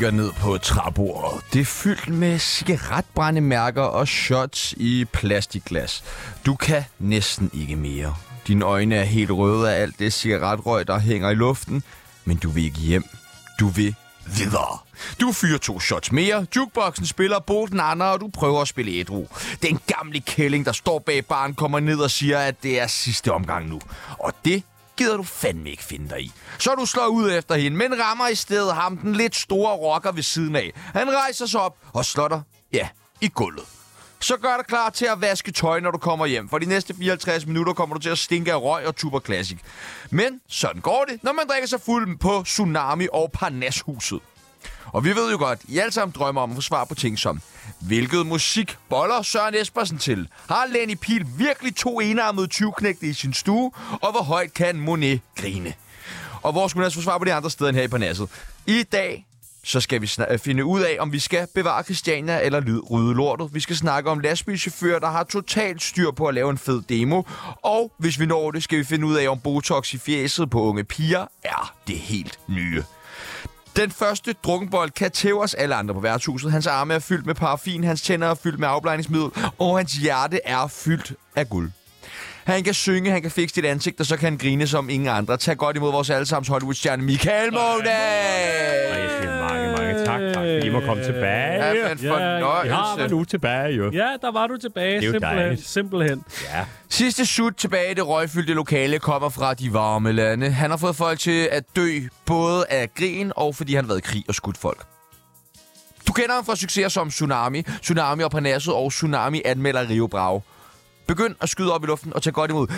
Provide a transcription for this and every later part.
kigger ned på træbordet. Det er fyldt med cigaretbrændemærker og shots i plastikglas. Du kan næsten ikke mere. Dine øjne er helt røde af alt det cigaretrøg, der hænger i luften. Men du vil ikke hjem. Du vil videre. Du fyrer 2 shots mere, jukeboxen spiller Bolten Andre, og du prøver at spille ædru. Den gamle kælling, der står bag baren, kommer ned og siger, at det er sidste omgang nu. Og det gider du fandme ikke finde dig i. Så du slår ud efter hende, men rammer i stedet ham, den lidt store rocker ved siden af. Han rejser sig op og slår dig, i gulvet. Så gør dig klar til at vaske tøj, når du kommer hjem. For de næste 54 minutter kommer du til at stinke af røg og Tuber Classic. Men sådan går det, når man drikker sig fuld på Tsunami og Parnashuset. Og vi ved jo godt, I alle sammen drømmer om at få svar på ting som: hvilket musik boller Søren Espersen til? Har Lenny Pihl virkelig 2 enarmede 20-knægte i sin stue? Og hvor højt kan Monet grine? Og hvor skulle man altså få svar på de andre steder end her i Parnasset? I dag så skal vi finde ud af, om vi skal bevare Christiania eller rydde lortet. Vi skal snakke om lastbilchauffører, der har totalt styr på at lave en fed demo. Og hvis vi når det, skal vi finde ud af, om Botox i fjeset på unge piger er det helt nye. Den første drukkenbold kan tæve os alle andre på værtshuset. Hans arme er fyldt med paraffin, hans tænder er fyldt med afblejningsmiddel, og hans hjerte er fyldt af guld. Han kan synge, han kan fikse dit ansigt, og så kan han grine som ingen andre. Tag godt imod vores allesammens Hollywood-stjerne, Michael Monag! Mange tak, fordi I må komme tilbage. Ja, en fornøjelse. Ja, var du tilbage, jo. Ja, der var du tilbage. Det er jo simpelthen. Ja. Sidste sut tilbage i det røgfyldte lokale kommer fra de varme lande. Han har fået folk til at dø, både af grin og fordi han har været i krig og skudt folk. Du kender ham fra succeser som Tsunami og Parnasset og Tsunami anmelder Rio Bravo. Begynd at skyde op i luften og tage godt imod.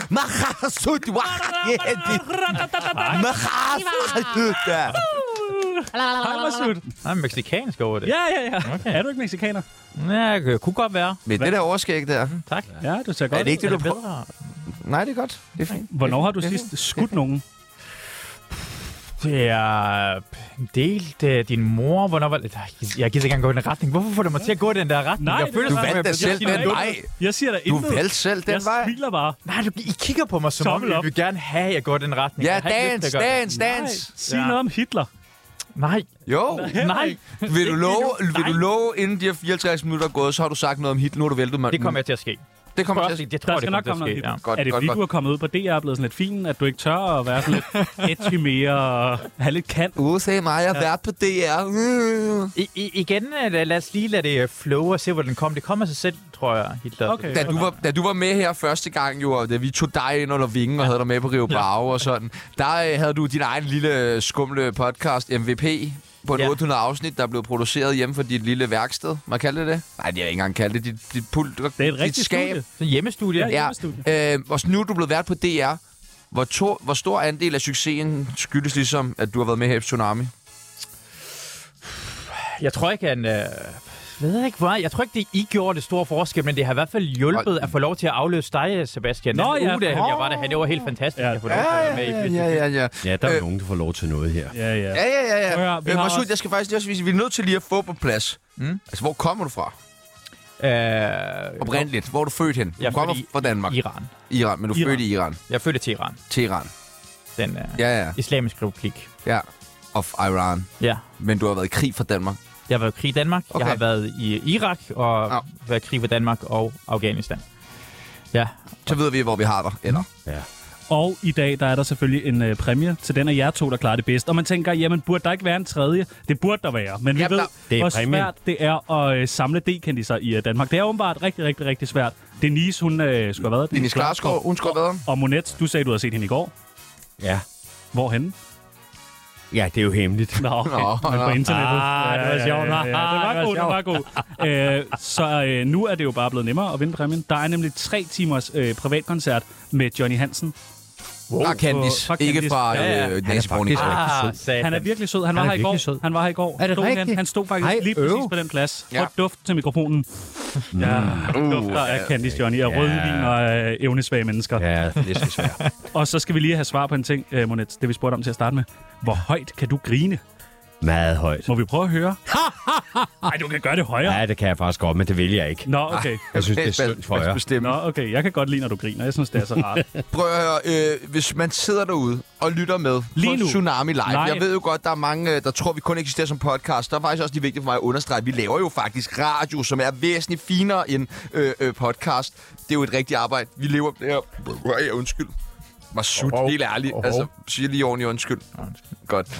Hej, Masud. Han er mexikansk over det. Ja. Okay. Er du ikke mexikaner? Ja, det kunne godt være. Men det der overskæg der. Tak. Ja, du ser godt. Er det ikke det, du bedre? Nej, det er godt. Det er fint. Hvornår har du sidst skudt nogen? Det er delt din mor. Hvornår var det? Jeg gider ikke engang gå i den retning. Hvorfor får du mig til at gå i den der retning? Nej, du valgte da selv den vej. Jeg siger da intet. Du valgte selv den vej. Jeg smiler bare. Nej, I kigger på mig som om, I vil gerne have, at jeg går i den retning. Ja, dans. Sig noget om Hitler. Nej. Jo. Nej. Vil du love, inden de her 54 minutter er gået, så har du sagt noget om Hitler, nu har du væltet mig. Det kommer til at ske. Det kommer til at ske. Det tror der skal nok komme noget. Ja. Er det fordi, du er kommet ud på DR og blevet sådan lidt fin, at du ikke tør at være sådan lidt edgy mere og have lidt kant? Sagde mig, jeg har været på DR. Igen, lad os lige lade det flow og se, hvor den kommer. Det kommer sig selv, tror jeg, Hitler. Okay. Da du var med her første gang, jo, og da vi tog dig ind under vingen og havde dig med på Rio Bravo og sådan, der havde du din egen lille skumle podcast, MVP, på et 800 afsnit, der er blevet produceret hjemme for dit lille værksted. Man kalder det? Nej, det har ikke engang kaldt det. Dit pult, det er et rigtigt skab. studie. Så hjemmestudie? Ja. Og nu er du blevet vært på DR. Hvor stor andel af succesen skyldes ligesom, at du har været med her i Tsunami? Jeg tror ikke, jeg tror ikke, det I gjorde det store forskel, men det har i hvert fald hjulpet at få lov til at afløse dig, Sebastian. Nå, ja. Jeg var der, det var helt fantastisk at få lov til at være med i. Ja. Ja, der er nogen, der får lov til noget her. Ja. Masud, jeg skal faktisk også vise, vi er nødt til lige at få på plads. Altså, hvor kommer du fra? Oprindeligt. Hvor er du født hen? Du kommer fra Danmark. Iran, men du er født i Iran. Jeg er født til Iran. Teheran. Den islamiske republik. Ja. Of Iran. Ja. Men du har været i krig for Danmark. Jeg har været i krig i Danmark. Okay. Jeg har været i Irak og været i krig for Danmark og Afghanistan. Ja. Så ved vi, hvor vi har dig. Eller? Ja. Og i dag, der er der selvfølgelig en præmie til den af jer to, der klarer det bedst. Og man tænker, jamen, burde der ikke være en tredje? Det burde der være. Men vi ved, hvor svært det er at samle D-kendiser i Danmark. Det er åbenbart rigtig, rigtig, rigtig svært. Denise, hun skulle have været. Denise Klarskov, hun skulle have været. Og Monet, du sagde, du havde set hende i går. Ja. Hvorhenne? Ja, det er jo hemmeligt. Nå, okay. Men på internettet. Det var sjovt. Det var god. Så nu er det jo bare blevet nemmere at vinde præmien. Der er nemlig 3 timers privatkoncert med Johnny Hansen. Fra Candice. Ikke fra Nancy Browning. Han er virkelig sød. Han var her i går. Er det rigtigt? Han stod faktisk lige præcis på den plads. Og duft til mikrofonen. Ja, dufter af Candice Johnny og rødvin og evnesvage mennesker. Ja, det er svært. Og så skal vi lige have svar på en ting, Monet. Det vi spurgte om til at starte med. Hvor højt kan du grine? Meget højt. Må vi prøve at høre? Nej, du kan gøre det højere. Ja, det kan jeg faktisk godt, men det vil jeg ikke. Nå, okay. Jeg synes, det er synd for jer. Nå, okay. Jeg kan godt lide, når du griner. Jeg synes, det er så rart. Prøv at høre. Hvis man sidder derude og lytter med Lige på nu. Tsunami Live. Jeg ved jo godt, der er mange, der tror, vi kun eksisterer som podcast. Der er faktisk også lige vigtigt for mig at understrege, at vi laver jo faktisk radio, som er væsentligt finere end podcast. Det er jo et rigtigt arbejde. Vi lever... Undskyld. Masud, helt ærligt. Altså, siger lige ordentligt undskyld. Godt.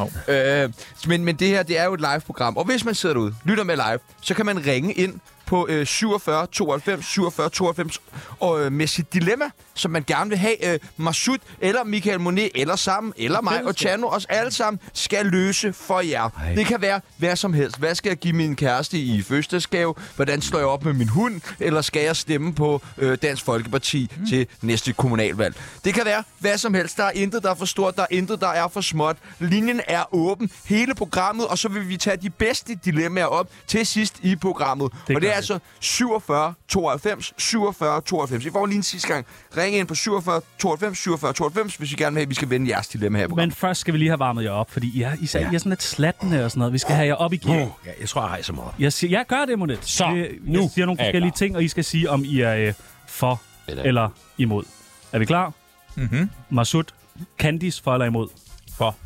Men det her, det er jo et live-program. Og hvis man sidder derude, lytter med live, så kan man ringe ind på 47 92 47 92 og med sit dilemma, som man gerne vil have Masud eller Michael Monet eller sammen, eller mig og Tjano, os alle sammen skal løse for jer. Ej. Det kan være hvad som helst. Hvad skal jeg give min kæreste i fødselsdagsgave? Hvordan slår jeg op med min hund? Eller skal jeg stemme på Dansk Folkeparti til næste kommunalvalg? Det kan være hvad som helst. Der er intet, der er for stort. Der er intet, der er for småt. Linjen er åben. Hele programmet, og så vil vi tage de bedste dilemmaer op til sidst i programmet. Det er altså 47 92 47 92. I får lige en sidste gang. Ring ind på 47 92 47 92, hvis I gerne vil have, at vi skal vende jeres dilemma her på. Men først skal vi lige have varmet jer op, fordi I er sådan lidt slattende og sådan noget. Vi skal have jer op i gear. Ja, jeg tror, jeg rejser mig op. Jeg gør det, Monet. Så, nu jeg siger nogle forskellige ting, og I skal sige, om I er for eller imod. Er vi klar? Mhm. Masud, Candice, for eller imod? For.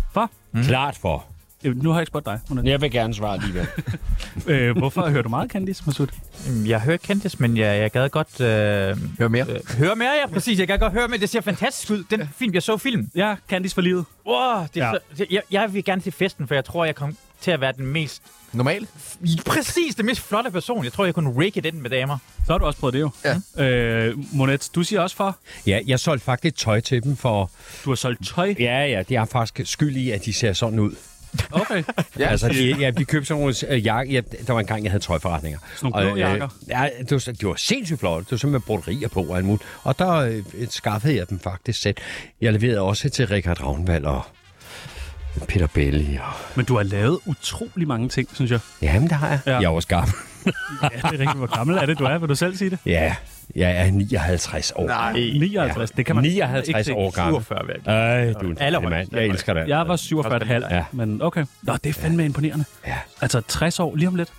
Klart for. Nu har jeg ikke spurgt dig, Monet. Jeg vil gerne svare alligevel. Hvorfor hører du meget Candice, Masud? Jeg hører Candice, men jeg gad godt... Hør mere. Høre mere, ja, præcis. Jeg gad godt høre mere. Det ser fantastisk ud. Den film, jeg så film. Ja, Candice for livet. Wow, jeg vil gerne til festen, for jeg tror, jeg kommer til at være den mest... Normal? Præcis, den mest flotte person. Jeg tror, jeg kunne rake den med damer. Så har du også prøvet det jo. Ja. Monet, du siger også for. Ja, jeg solgte faktisk tøj til dem for... Du har solgt tøj. Ja, det er faktisk skyld i, at de ser sådan ud. Okay. Ja. Altså, de købte sådan nogle jakker. Der var en gang, jeg havde tøjforretninger. Sådan nogle blå jakker. Ja, det var sindssygt flot. Det var simpelthen broderier på og alt muligt. Og der skaffede jeg dem faktisk selv. Jeg leverede også til Richard Ravnvald og Peter Belli. Men du har lavet utrolig mange ting, synes jeg. Jamen, det har jeg. Ja. Jeg er også gammel. Ja, det er rigtigt. Hvor gammel er det, du er? Vil du selv sige det? Ja, jeg er 59 år. Nej. 59. Ja. Det kan man 59 år gammel. 47 væk. Du er en mand. Jeg elsker det. Jeg var 47,5, Ja. Men okay. Nå, det er fandme imponerende. Ja. Altså 60 år lige om lidt.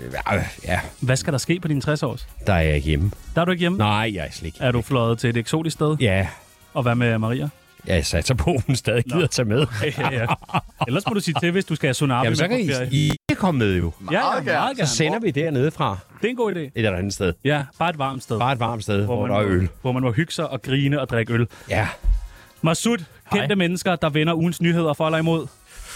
Ja, Hvad skal der ske på dine 60 års? der er jeg ikke hjemme. Der er du ikke hjemme? Nej, jeg er slet ikke. Er du fløjet til et eksotisk sted? Ja, Og hvad med Maria? jeg satser på, at hun stadig gider tage med. Ja. Ellers må du sige til, hvis du skal have Tsunami Jamen, så med kan på ferie. I komme med jo. Ja, Meget meget gerne. Så sender vi dernede fra Det er en god idé. et eller andet sted. Ja, bare et varmt sted. Bare et varmt sted, hvor der er øl. Hvor man må hygge sig og grine og drikke øl. Ja. Masud, kendte mennesker, der vender ugens nyheder for eller imod.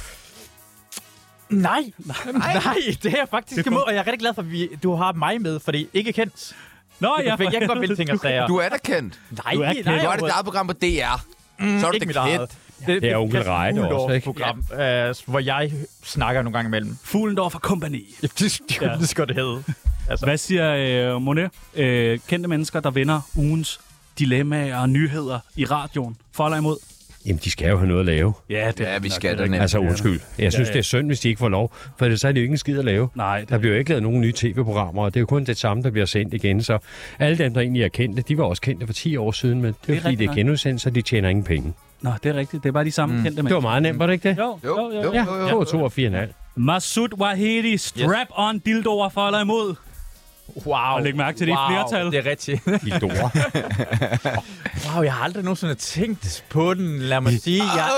Nej, det er jeg faktisk imod, og jeg er rigtig glad for, at du har mig med, fordi ikke kendt. Nå, Jeg kan godt vælge ting og sager. Du er da kendt. Nej, Du er kendt. Nu er det dit eget program på DR. Så er du ikke da mit eget. kendt. Det er onkel Reite også, ikke? Program, hvor jeg snakker nogle gange imellem. Fuglendorf og kompagni. Det skal det hedde. Altså. Hvad siger Monet? Kendte mennesker, der vender ugens dilemmaer og nyheder i radioen. For eller imod? Jamen, de skal jo have noget at lave. Ja, Ja, vi skal da nemt. Altså, undskyld. Jeg synes, det er synd, hvis de ikke får lov. For så er det jo ikke en skid at lave. Nej, Der bliver jo ikke lavet nogen nye tv-programmer, og det er jo kun det samme, der bliver sendt igen. Så alle dem, der egentlig er kendte, de var også kendte for 10 år siden, men det er fordi, rigtigt det er nok. genudsendt, så de tjener ingen penge. Nå, det er rigtigt. Det er bare de samme kendte Det mennesker. var meget nemt, var det ikke det? Jo. Ja, 2 og 4,5. Masud Wahedi, strap-on dildoer for eller imod? Wow. Og læg mærke til det flertal. Det er rigtigt. De store. Wow, jeg har aldrig nogensinde tænkt på den. Lad mig sige, jeg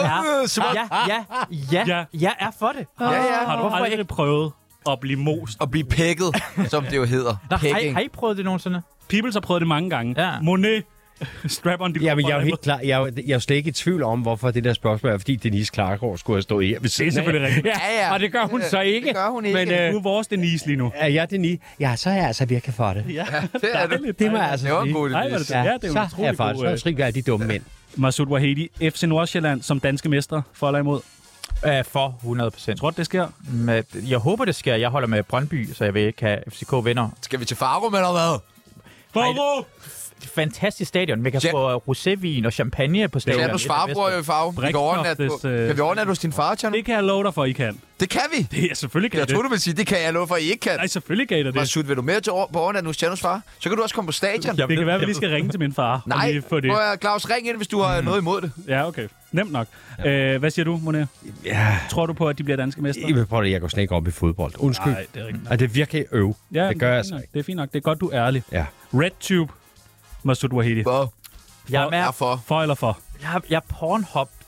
er for det. Har du Hvorfor aldrig ikke? prøvet at blive most? Og blive pækket, som det jo hedder. Pækking. Har I prøvet det nogensinde? Peoples har prøvet det mange gange. Ja. Monet, strap-on dildoer Ja, men for jeg er jo eller helt klar. Jeg er jo slet ikke i tvivl om, hvorfor det der spørgsmål er, fordi Denise Klargaard skulle have stået her ved Det er siden af. selvfølgelig rigtigt. Ja, og det gør hun så ikke. Det gør hun ikke. Men Du er vores Denise lige nu. er jeg Denise? Ja, så er jeg altså virkelig for det. Ja, det er det. Det må jeg altså Det var en sige. god idé. Nej, hvor er det, ja, det er jo en så er utrolig jeg faktisk god... så fri af de dumme mænd. Masud Wahedi, FC Nordsjælland som danske mestre, for eller imod? For 100%. Tror du, det sker? Jeg håber, det sker. Jeg holder med Brøndby, så jeg vil ikke have FCK-venner. Skal vi til Farum eller hvad? Bravo! Fantastisk stadion. Vi kan Ja. få rosévin og champagne på stadion. Tjernos far bor jo i Farum. Vi kan overnatte Brixtoftes, kan vi overnatte hos din far, Tjerno? Det kan jeg love dig for, I kan. Det kan vi. Det er selvfølgelig kan Jeg det. troede, du ville sige, det kan jeg love for, at I ikke kan. Nej, selvfølgelig kan I da det. Masud, vil du med til på overnatte hos Tjernos far? Så kan du også komme på stadion. Det kan være, at vi lige skal ringe til min far. og Nej, lige få det. Claus, ring ind, hvis du har noget imod det. Ja, okay. Nemt nok. Hvad siger du, Monet? Ja, Tror du på, at de bliver danske mestre? jeg går slet ikke op i fodbold. Undskyld. Nej, det er rigtigt. Er det virkelig øv? Ja, det gør er jeg fint så nok. ikke. Det er fint nok. Det er godt, du er ærlig. Ja. RedTube, Masud Wahedi. Hvor? Jeg er Er for. For eller for? Jeg er Pornhub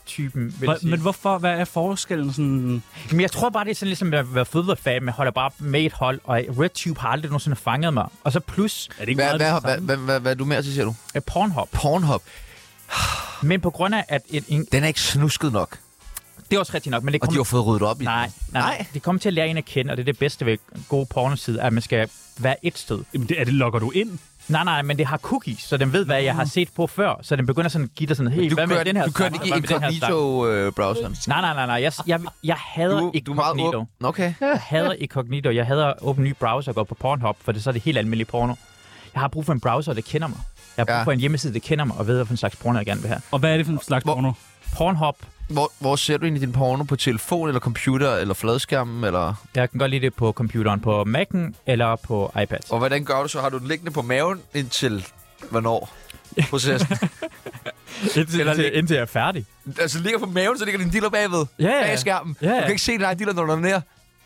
typen, vil jeg sige. Men hvorfor? Hvad er forskellen? Sådan... Men jeg tror bare, det er sådan ligesom at være fodboldfan, man holder bare med et hold, og RedTube har aldrig nogensinde fanget mig. Og så plus... Er det ikke Hvad er du mere til, siger du? Pornhub. Pornhub. Men på grund af, at... Den er ikke snusket nok. Det er også rigtigt nok, men det Og de har fået ryddet op i Nej. Det kommer til at lære en at kende, og det er det bedste ved gode pornoside, at man skal være et sted. Jamen, logger du ind? Nej, men det har cookies, så den ved, hvad jeg har set på før, så den begynder sådan at give dig sådan helt... Du kører ikke incognito-browseren? Nej. Jeg hader incognito. Okay. Jeg hader incognito. Jeg hader at åbne ny browser og gå på Pornhub, for så er det helt almindelig porno. Jeg har brug for en browser, der kender mig. Jeg har brug for en hjemmeside, der kender mig, og ved, hvilken slags porno jeg gerne vil have. Og hvad er det for en slags porno? Pornhub. Hvor ser du egentlig din porno? På telefon, eller computer, eller fladskærmen, eller...? Jeg kan godt lide det på computeren, på Mac'en eller på iPad. Og hvordan gør du så? Har du den liggende på maven indtil hvornår? Processen? indtil jeg er færdig. Altså, ligger på maven, så ligger din diller bagved? Ja. Bag skærmen? Du kan ikke se din egen diller, når du er nede.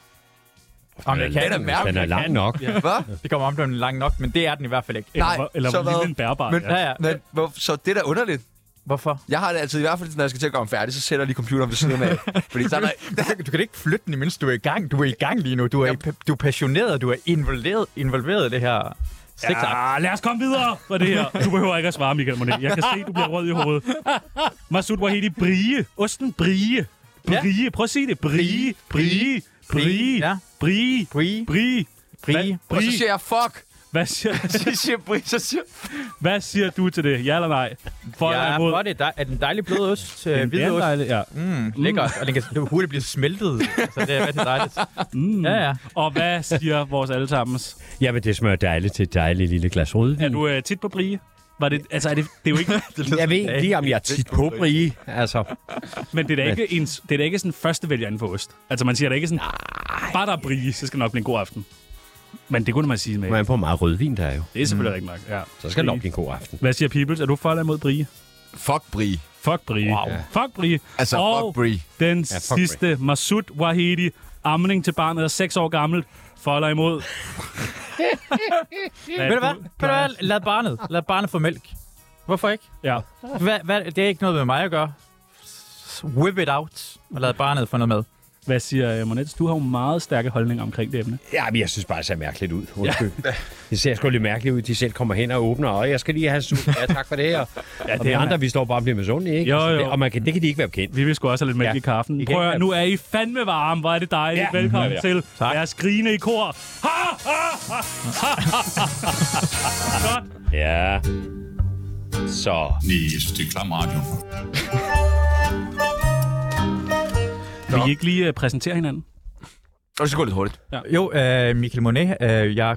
Den er lang nok. Ja. Hvad? Det kommer om, den er lang nok, men det er den i hvert fald ikke. Eller så hvor lille en bærbar. Men, så det er da underligt. Hvorfor? Jeg har det altid, i hvert fald, når jeg skal til at komme færdig, så sætter jeg lige computeren ved siden af. Fordi så er du kan ikke flytte den, mens du er i gang. Du er i gang lige nu. Du er passioneret, du er involveret i det her. Ja, lad os komme videre fra det her. Du behøver ikke at svare, Michael Monet. Jeg kan se, du bliver rød i hovedet. Masoud Wahedi, Brie. Osten Brie. Brie. Prøv at sige det. Brie. Brie. Brie. Ja. Brie. Brie. Brie. Brie. Og så siger jeg, fuck! Hvad siger du til det? Ja eller nej? For det er en dejlig blød ost. Hvid ost. Dejlig, ja. Lækkert. Og den kan hurtigt blive smeltet. Så det er rigtig dejligt. Ja. Og hvad siger vores allesammens? Jamen, det smager dejligt til et dejligt lille glas rødvin. Er du tit på Brie? Var det, altså, det er jo ikke... Jeg ved ikke lige, om jeg er tit på Brie. Altså. Men det er da ikke sådan første vælger inden for ost. Altså, man siger da ikke sådan... Bare der er Brie, så skal det nok blive en god aften. Men det kunne man sige med. Man er på meget rødvin, der er jo. Det er selvfølgelig rigtig nok, ja. Så skal det nok blive en god aften. Hvad siger Peoples? Er du for eller imod Brie? Fuck Brie. Fuck Brie. Wow. Ja. Fuck Brie. Altså, og fuck Brie. Den sidste, Masoud Wahedi, amning til barnet er 6 år gammelt. For eller imod? Ved du hvad? Lad barnet få mælk. Hvorfor ikke? Ja. Det er ikke noget med mig at gøre. Whip it out og lad barnet få noget med. Hvad siger Monets? Du har jo meget stærke holdninger omkring det emne. Ja, men jeg synes bare, det ser mærkeligt ud. Undskyld. Ja. Det ser sgu lidt mærkeligt ud. De selv kommer hen og åbner, og jeg skal lige have suppe. Ja, tak for det her. Og de andre, vi står bare og bliver misundelige, ikke? Jo. Og det kan de ikke være bekendt. Vi vil sgu også have lidt mælk i kaffen. Prøv at, nu er I fandme varme. Hvor er det dejligt. Ja. Velkommen til. Lad os grine i kor. Godt. Ja. Så. Nej, jeg synes, det er klam radio. Vil I ikke lige præsentere hinanden? Og det skal gå lidt hurtigt. Ja. Jo, Michael Monet. Jeg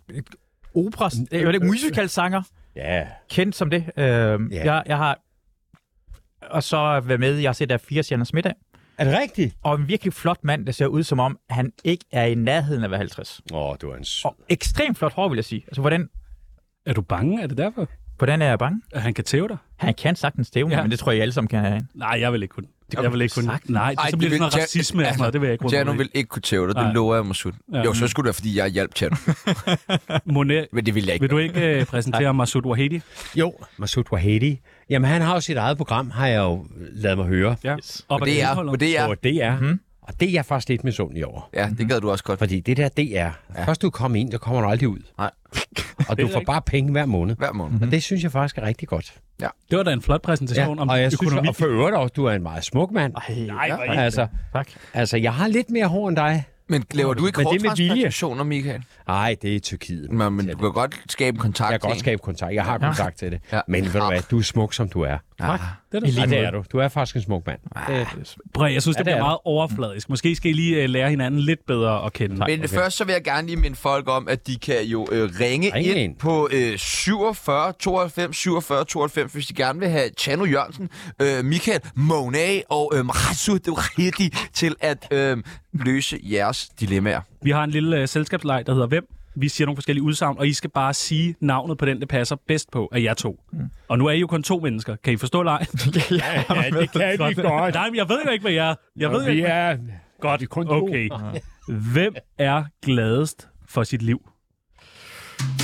er musicalsanger. Ja. Kendt som det. Jeg har... Og så været med, jeg har set der 4 stjerners middag. Er det rigtigt? Og en virkelig flot mand, der ser ud som om, han ikke er i nærheden af at være 50. Du er en sød. Og ekstremt flot hår, vil jeg sige. Altså, hvordan... Er du bange? Er det derfor? Hvordan er jeg bange? At han kan tæve dig? Han kan sagtens tæve mig, men det tror jeg alle sammen kan have. Nej, jeg vil ikke kunne. Jeg vil ikke kunne. Nej, så bliver det sådan racisme. Det vil jeg ikke. Jano vil ikke kunne tæve dig, det lover jeg Masoud. Jo, så skulle det være, fordi jeg hjalp Jano. Monet, men det vil jeg ikke. Vil du ikke præsentere Masoud Wahedi? Jo, Masoud Wahedi. Jamen, han har jo sit eget program, har jeg jo lavet mig høre. Ja. Og det er. Og det er jeg faktisk lidt misundelig over. Ja, det gad du også godt. Fordi det der DR, først du kommer ind, så kommer du aldrig ud. Nej. Og du får bare penge hver måned. Og det synes jeg faktisk er rigtig godt. Ja. Det var da en flot præsentation om og jeg økonomi. Synes, og for øvrigt også, du er en meget smuk mand. Tak. Altså, jeg har lidt mere hår end dig. Men laver du ikke hårtransplantationer, Michael? Nej, det er i Tyrkiet. Men du kan godt skabe kontakt. Jeg kan godt skabe kontakt. Jeg har kontakt til det. Ja. Men ved du hvad, du er smuk, som du er. Tak. Det er du. Du er faktisk en smuk mand. Jeg synes, det bliver meget overfladisk. Måske skal I lige lære hinanden lidt bedre at kende. Men først så vil jeg gerne lige minde folk om, at de kan jo ringe ind på 47 92 47 92, hvis de gerne vil have Tjano Jørgensen, Michael Monet og Masoud Wahedi til at løse jeres dilemmaer. Vi har en lille selskabsleg, der hedder Hvem? Vi siger nogle forskellige udsagn, og I skal bare sige navnet på den, det passer bedst på af jer 2. Og nu er I jo kun 2 mennesker. Kan I forstå leg? Ja, det kan vi godt. Nej, men jeg ved jo ikke, hvad jeg er. Jeg ved vi er godt. Kun 2. Okay. Hvem er gladest for sit liv?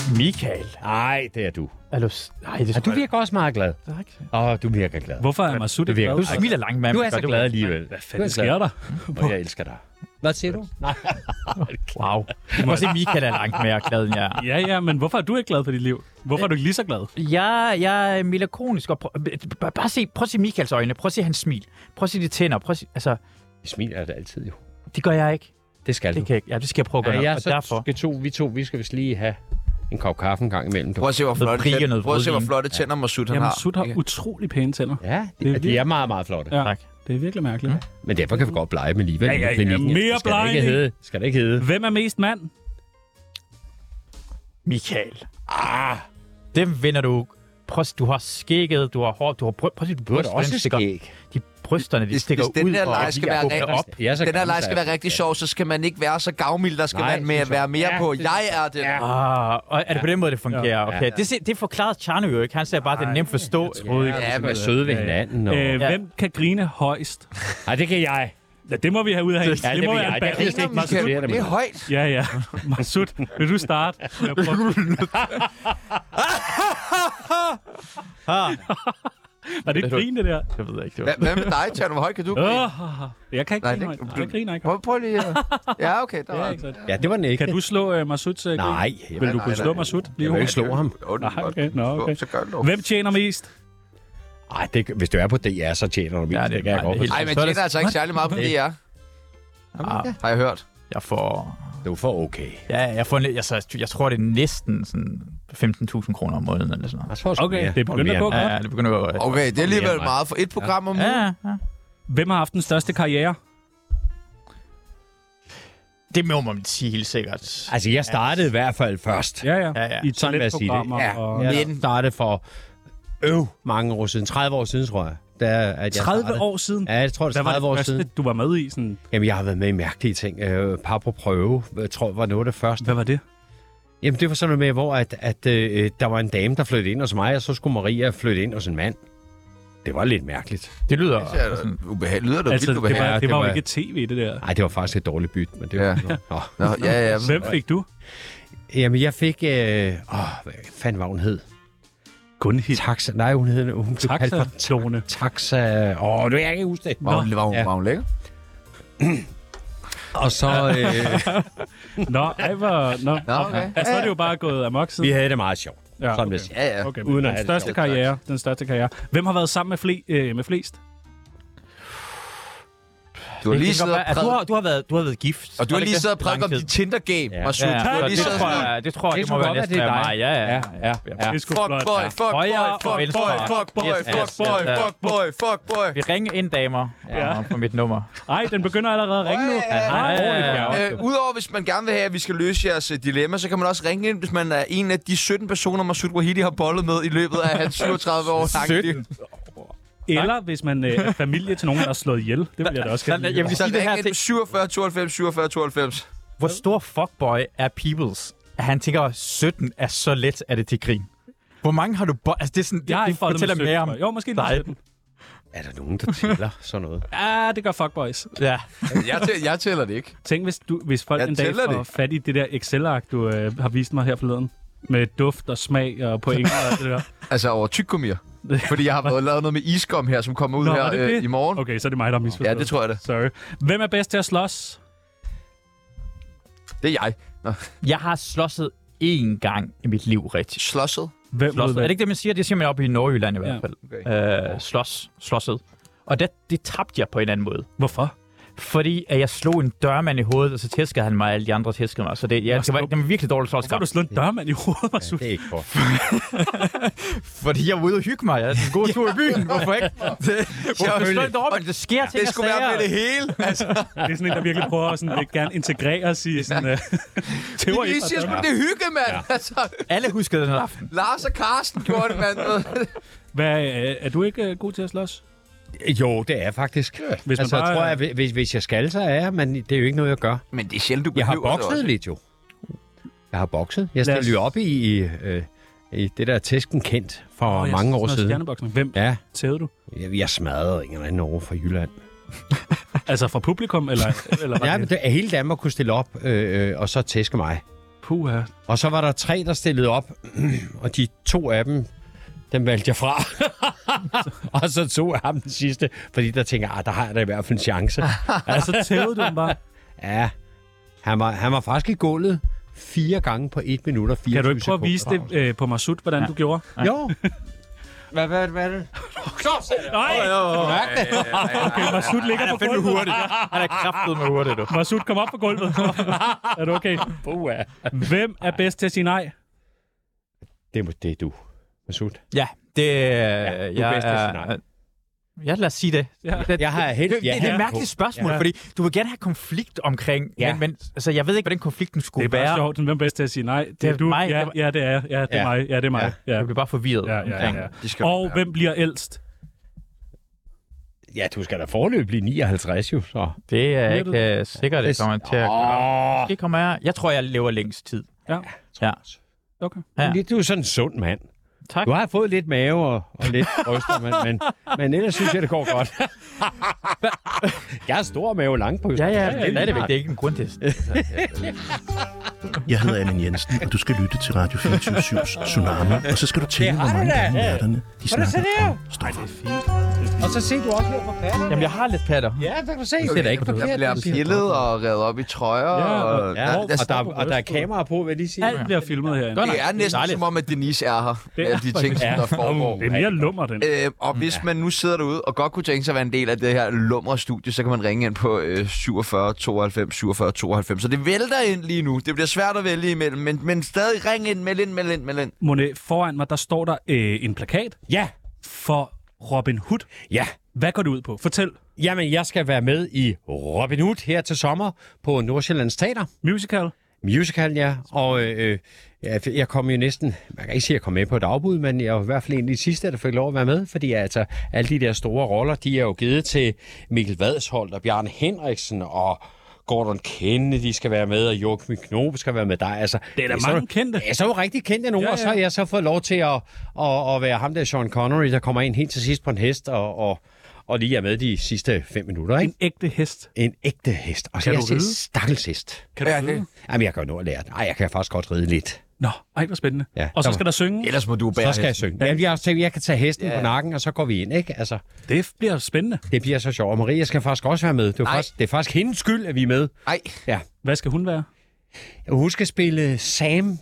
Michael. Nej, det er du. Nej, det er Du virker også meget glad. Du virker glad. Hvorfor er Masud Det virker. glad? Du smiler langt med Du er så glad alligevel. Hvad fanden sker der? Og jeg elsker dig. Hvad siger du? Nej. Wow. Du må se, Michael er langt mere glad end jeg er. Ja, men hvorfor er du ikke glad for dit liv? Hvorfor er du ikke lige så glad? Jeg er melankolisk. Og prøv at se Michaels øjne. Prøv at se hans smil. Prøv at se de tænder. Det smiler jeg da altid jo. Det gør jeg ikke. Det skal du. Det skal jeg prøve at gøre. Ja, og derfor. vi skal vist lige have en kop kaffe en gang imellem. Prøv at se, hvor flotte tænder Masud han har. Masud har utrolig pæne tænder. Ja, de er meget, meget flotte. Ja. Det er virkelig mærkeligt. Men derfor kan vi godt blege med alligevel. Ja. Mere blegning. Skal det ikke hedde? Hvem er mest mand? Michael. Dem vinder du. Prøv, du har skægget, du har hår, du har også skæg. De brysterne, de stikker ud. Den her leg skal være rigtig sjov, så skal man ikke være så gavmild, der skal man med være mere på, jeg er den. Og er det på den måde, det fungerer? Okay. Det forklarede Tjerno jo ikke. Han sagde bare, det er nemt at forstå. Jeg troede ikke, vi skulle være søde ved hinanden. Hvem kan grine højst? Nej, det kan jeg. Ja, det må vi have ud af. Det må være en Det er højt. Ja. Masud, vil du starte? Var det grin, det der? Jeg ved ikke. Hvad med dig, Tjerno? Hvor højt kan du grine? Jeg kan ikke grine højt. Jeg griner ikke. Prøv lige. Ja, okay. Ja, det var den ikke. Kan du slå Masuds grin? Nej. Vil du kunne slå Masud? Jeg vil ikke slå ham. Okay. Hvem tjener mest? Nej, hvis du er på DR, så tjener du mest. Ja, det kan jeg godt. Nej, men tjener altså ikke særlig meget på DR. Har jeg hørt. Jeg får... Du får okay. Ja, jeg tror, det er næsten sådan 15.000 kroner om måneden eller sådan noget. Okay, det begynder at gå godt. Ja, det begynder at gå godt. Okay, det er alligevel meget for et program om ugen. Ja. Hvem har haft den største karriere? Det må man sige helt sikkert. Altså, jeg startede i hvert fald først. Ja. I Sådan vil jeg sige det. Jeg startede for mange år siden. 30 år siden, tror jeg. 30 år siden? Ja, jeg tror, det er 30 år siden. Du var med i sådan... Jamen, jeg har været med i mærkelige ting. Par på prøve, jeg tror, var noget af det første. Hvad var det? Jamen, det var sådan noget med, hvor der var en dame, der flyttede ind hos mig, og så skulle Maria flytte ind hos en mand. Det var lidt mærkeligt. Det lyder ubehageligt. Lyder det altså, vildt ubehageligt? Det var jo ikke tv, det der. Nej, det var faktisk et dårligt byt, men det var... Ja. Hvem fik du? Jamen, jeg fik... hvad fanden var hun hed? Gunhild. Taxa. Nej, hun hed... Hun Taxa-klone. Taxa... du er ikke huske det. Var hun lækker? Og så... Okay. Altså, er det jo bare gået amok siden. Vi havde det meget sjovt. Ja, okay. Okay. Uden den største karriere. Hvem har været sammen med flest? Du har lige siddet du har været gift. Og du har lige siddet og prædiket om dit Tinder-game, Masud. Det tror jeg, det må være næsten mig. Ja. Fuck boy. Vi ringer ind, damer, på mit nummer. Ej, den begynder allerede at ringe nu. Udover hvis man gerne vil have, at vi skal løse jeres dilemma, så kan man også ringe ind, hvis man er en af de 17 personer, Masud Wahidi har bollet med i løbet af hans 37 år. 17? Eller hvis man er familie til nogen, der er slået ihjel. Det vil jeg da også gerne. Jeg vil sige det her til 47 92 47 92. Hvor stor fuckboy er Peoples? Han tænker, 17 er så let, at det til grin. Hvor mange har du... Altså, det er sådan... Det fortæller mere om... Jo, måske lige 17. Er der nogen, der tæller sådan noget? Ja, det gør fuckboys. Ja. Jeg tæller det ikke. Tænk, hvis folk en dag får fat i det der Excel-ark, du har vist mig her forleden. Med duft og smag og point og alt det der. Altså over tykkummier. Fordi jeg har lavet noget med iskom her, som kommer ud i morgen. Okay, så er det mig, der har misforstået. Ja, det tror jeg det. Sorry. Hvem er bedst til at slås? Det er jeg. Nå. Jeg har slåsset én gang i mit liv rigtigt. Slåsset? Er det ikke det, man siger? Det siger man oppe i Nordjylland i hvert fald. Okay. Slåsset. Og det tabte jeg på en anden måde. Hvorfor? Fordi at jeg slog en dørmand i hovedet, og så tæskede han mig, og alle de andre tæskede mig. Så det var virkelig dårligt slåskamp. Hvorfor har du slået en dørmand i hovedet, Masud? Det er ikke for. Fordi jeg var ude og hygge mig. Jeg havde en god tur i byen. Hvorfor ikke? Jeg har slået en dørmand. Det sker ting. Det skulle være med det hele. Altså. Det er sådan en, der virkelig prøver at sådan, gerne integreres i sådan teori. I siger sgu, det er hygge, mand. Ja. Altså. Alle huskede den aften. Lars og Carsten gjorde det, mand. Er du ikke god til at slås? Jo, det er faktisk. Hvis man bare... jeg tror, at hvis jeg skal, så er jeg, men det er jo ikke noget, jeg gør. Men det er sjældent, du behøver. Jeg har bokset lidt jo. Jeg har bokset. Jeg stillede jo op i det der tæsken kendt for mange år siden. Stjerneboksning. Hvem tævede du? Jeg smadrede en eller anden over fra Jylland. Altså fra publikum, eller ja, men hele Danmark kunne stille op og så tæske mig. Puha. Og så var der 3, der stillede op, og de 2 af dem valgte jeg fra. Og så tog jeg ham den sidste, fordi der tænker jeg, der har jeg da i hvert fald en chance. Altså tævede du den bare? Ja, han var faktisk i gulvet 4 gange på 1 minut og 24 sekunder. Kan du ikke prøve at vise det på Masud, hvordan du gjorde? Jo. Hvad er det? Nej! Okay, Masud ligger på gulvet. Hurtigt. Han er kraftet med hurtigt, du. Masud, kom op på gulvet. Er du okay? Hvem er bedst til at sige nej? Det er du, Masud. Ja, det du er bedst til at sige nej. Ja, lad os sige det. Jeg har helt... Det er et mærkeligt spørgsmål, fordi du vil gerne have konflikt omkring, men altså, jeg ved ikke, hvordan konflikten skulle være. Det er bare sjovt, hvem er bedst til at sige nej? Det er du. mig. Ja, det er. Ja, det er mig. Ja, det er mig. Ja. Jeg bliver bare forvirret. Ja. Og hvem bliver ældst? Ja, du skal da forløb blive 59 jo, så... Det er ikke sikkert, det kommer til at gøre. Det kommer jeg. Jeg tror, jeg lever længst tid. Ja. Okay. Ja. Du er sådan en sund mand. Tak. Du har fået lidt mave og lidt bryster, men ellers synes jeg, det går godt. Jeg har stor mave og lang bryster. Ja, det er ikke en grundtest. Jeg hedder Allan Jensen, og du skal lytte til Radio 24/7's Tsunami. Og så skal du tænke, hvor mange gange værterne de snakker om stoffer. Og så se du også lidt på patter. Jamen, jeg har lidt patter. Ja, det kan du se. Det er da ikke forkert. Der bliver pillet og revet op i trøjer. Og der er kameraer på, hvad de siger. Alt bliver filmet herinde. Det er næsten som om, at Denise er her. Med alle de ting, der foregår. Det er mere lummer, den. Og hvis man nu sidder derude og godt kunne tænke sig at være en del af det her lumre-studie, så kan man ringe ind på 47 92 47 92. Så det vælter ind lige nu. Det bliver svært at vælge imellem, men stadig ring ind, meld ind. Monet, foran mig, der står der en plakat. Ja. For Robin Hood. Ja. Hvad går det ud på? Fortæl. Jamen, jeg skal være med i Robin Hood her til sommer på Nordsjællands Teater. Musical, ja. Og jeg kom jo næsten... Man kan ikke sige, at jeg kom med på et afbud, men jeg var i hvert fald en af de sidste, der fik lov at være med. Fordi altså, alle de der store roller, de er jo givet til Mikkel Vadsholt og Bjarne Henriksen og Gordon Kennedy skal være med, og Joachim Knop skal være med. Der altså, det er da mange kendte. Ja, så er jo rigtig kendte nogen, og så har jeg så fået lov til at være ham der, Sean Connery, der kommer ind helt til sidst på en hest, og lige er med de sidste 5 minutter, ikke? En ægte hest. En ægte hest. Og så kan jeg siger stakkels hest. Kan du ride? Jamen, jeg kan jo nå at lære det. Nej, jeg kan faktisk godt ride lidt. Nå, hvor spændende. Ja, og så skal der synge. Ellers må du bære så skal jeg synge. Jamen, jeg kan tage hesten på nakken, og så går vi ind, ikke? Altså, det bliver spændende. Det bliver så sjovt. Og Maria skal faktisk også være med. Det er faktisk hendes skyld, at vi er med. Nej. Ja. Hvad skal hun være? Hun skal spille Sam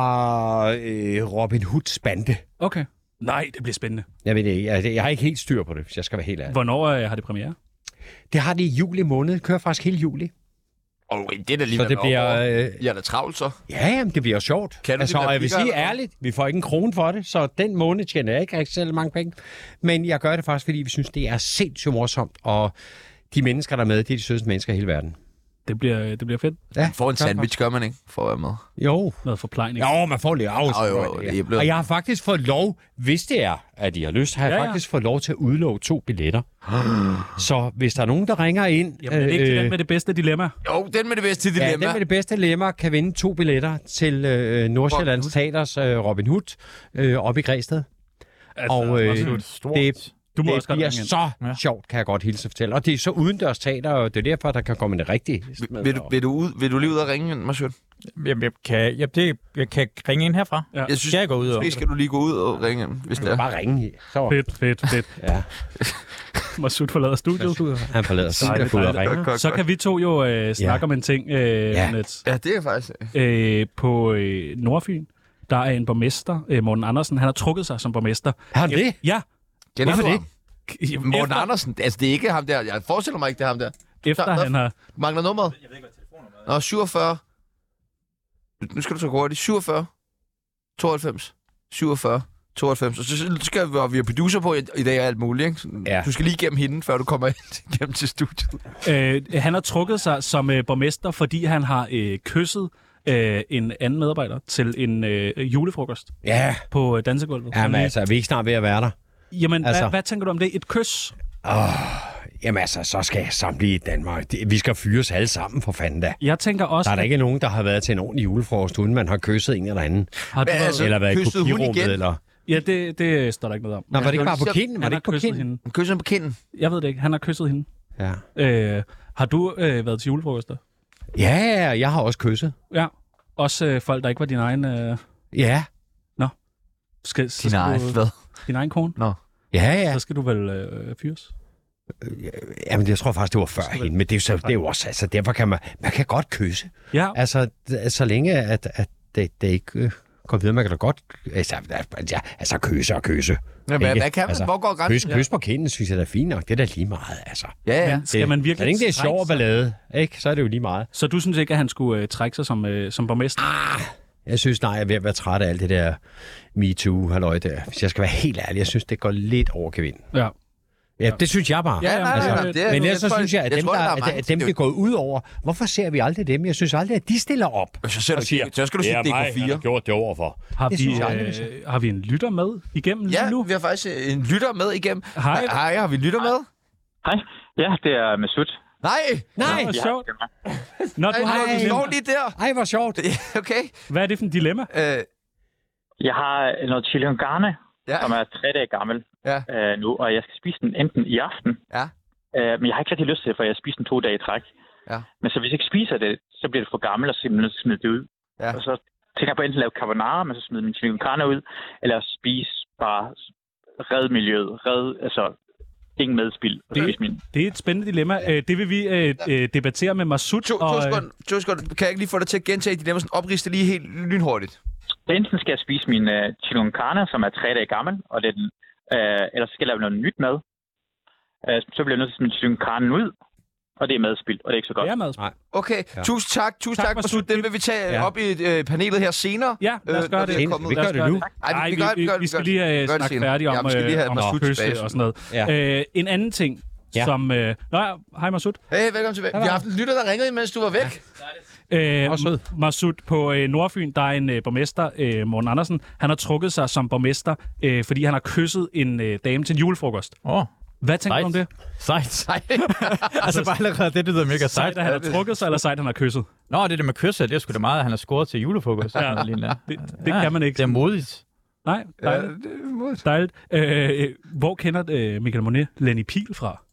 fra Robin Hoods bande. Okay. Nej, det bliver spændende. Jeg ved det ikke. Jeg har ikke helt styr på det, hvis jeg skal være helt ærlig. Hvornår har det premiere? Det har det i juli måned. Det kører faktisk hele juli. Det er da lige så det bliver... Jeg er da travlt, så. Ja, jamen, det bliver sjovt. Og jeg vil sige ærligt, vi får ikke en krone for det, så den måned tjener jeg ikke selv mange penge. Men jeg gør det faktisk, fordi vi synes, det er sindssygt morsomt, og de mennesker, der er med, det er de sødeste mennesker i hele verden. Det bliver fedt. Ja, man får en sandwich, gør man ikke, for at være med? Jo. Noget forplejning. Jo, man får lidt afsprøjt. Og jeg har faktisk fået lov, hvis det er, at I har lyst, har jeg faktisk fået lov til at udlove 2 billetter. Så hvis der er nogen, der ringer ind... Jamen, det er ikke den med det bedste dilemma. Jo, den med det bedste dilemma. Ja, den med det bedste dilemma kan vinde 2 billetter til Nordsjællands Teaters Robin Hood op i Græsted. Altså, og det bliver så sjovt, kan jeg godt hilse at fortælle. Og det er så udendørs teater, og det er derfor, der kan komme det rigtige. Vil du lige ud og ringe ind, Marcel? Jamen, jeg kan ringe ind herfra. Ja. Jeg synes, jeg gå ud og... skal du lige gå ud og ringe ind, hvis det er. Bare ringe. Så. Fedt. Ja. Masud forlader studiet. Han forlader studiet. Så kan vi to jo snakke om en ting, Net. Ja, det er faktisk... På Nordfyn, der er en borgmester, Morten Andersen. Han har trukket sig som borgmester. Har han det? Ja. Hvorfor det? Morten Andersen? Altså, det er ikke ham der. Jeg forestiller mig ikke, det er ham der. Efter han har... Mangler nummeret? Jeg ved ikke, hvad telefonnummer er. 47. Nu skal du så hurtigt. 47. 92. 47. 92. Og så skal vi have producer på i dag og alt muligt, ikke? Ja. Du skal lige igennem hende, før du kommer igennem til studiet. Han har trukket sig som borgmester, fordi han har kysset en anden medarbejder til en julefrokost på dansegulvet. Jamen altså, er vi ikke snart ved at være der? Jamen, hvad tænker du om det? Et kys? Jamen altså, så skal jeg samle i Danmark. Vi skal fyres alle sammen, for fanden da. Jeg tænker også... Der er der ikke nogen, der har været til en ordentlig julefrokost, uden man har kysset en eller anden. Har du eller været i kopirummet, eller... Ja, det står der ikke noget om. Nå, var det ikke bare på kinden? Han har kysset hende. Kysset på kinden? Jeg ved det ikke. Han har kysset hende. Ja. Har du været til julefrokoster? Ja, jeg har også kysset. Ja. Også folk, der ikke var din egen... Ja. Nå. Din egen hvad? Din egen kone? Nå. Ja. Så skal du vel fyres? Jamen, jeg tror faktisk, det var før hende, men det er jo også, altså, derfor kan man kan godt kysse. Ja. Altså, så længe, at det ikke går videre, man kan da godt, altså kysse og kysse. Ja, hvad kan man? Altså, hvor går grænsen? Kys på kinden, synes jeg, det er fint nok. Det er da lige meget, altså. Ja. Men skal man virkelig... Så længe det er sjov og ballade, ikke? Så er det jo lige meget. Så du synes ikke, at han skulle trække sig som borgmester? Jeg synes, jeg er ved at være træt af alt det der MeToo-halløj der. Hvis jeg skal være helt ærlig, jeg synes, det går lidt over gevind. Ja. Ja, det synes jeg bare. Ja, men ellers så synes jeg, at dem, det går ud over, hvorfor ser vi aldrig dem? Jeg synes aldrig, at de stiller op. Så skal du sige DK4. Han har gjort det overfor. Har vi en lytter med igennem lige nu? Ja, vi har faktisk en lytter med igennem. Hej, har vi en lytter med? Hej. Ja, det er Masud. Nej. Hvor sjovt. Nå, du har du står lige der. Ej, hvor sjovt. Okay. Hvad er det for et dilemma? Jeg har noget chili con carne, som er 3 dage gammel nu, og jeg skal spise den enten i aften. Ja. Men jeg har ikke rigtig lyst til det, for jeg har spist den 2 dage i træk. Ja. Men så hvis jeg ikke spiser det, så bliver det for gammelt, og simpelthen smide det ud. Ja. Og så tænker jeg på enten at lave carbonara, men så smide min chili con carne ud, eller spise bare red miljøet, altså ingen medspil. Det er et spændende dilemma. Det vil vi debattere med Masud. To sekunder. Kan jeg ikke lige få dig til at gentage dilemma, sådan opriste lige helt lynhurtigt? Enten skal jeg spise min chili con carne, som er 3 dage gammel, og det er den, eller så skal jeg lave noget nyt mad. Så bliver jeg nødt til at smide chili con carne ud, og det er madspil, og det er ikke så godt. Det er madspil. Okay, tusind tak, Masud. Den vil vi tage op i panelet her senere. Ja, lad os gøre det. Vi gør det nu. Nej, vi skal lige snakke færdigt om kysse og sådan noget. En anden ting, som... hej Masud. Hey, velkommen tilbage. Vi har haft en lytter, der ringede, mens du var væk. Masud, på Nordfyn, der er en borgmester, Morten Andersen. Han har trukket sig som borgmester, fordi han har kysset en dame til en julefrokost. Hvad tænker du om det? Sejt. Altså bare allerede, det lyder mega sejt. At han har trukket sig, eller sejt, han har kysset? Nå, det der med kysset, det er sgu da meget, at han har scoret til julefrokost. Ja, det kan man ikke. Det er modigt. Nej, dejligt. Ja, det er modigt. Dejligt. Hvor kender Michael Monet Lenny Pihl fra?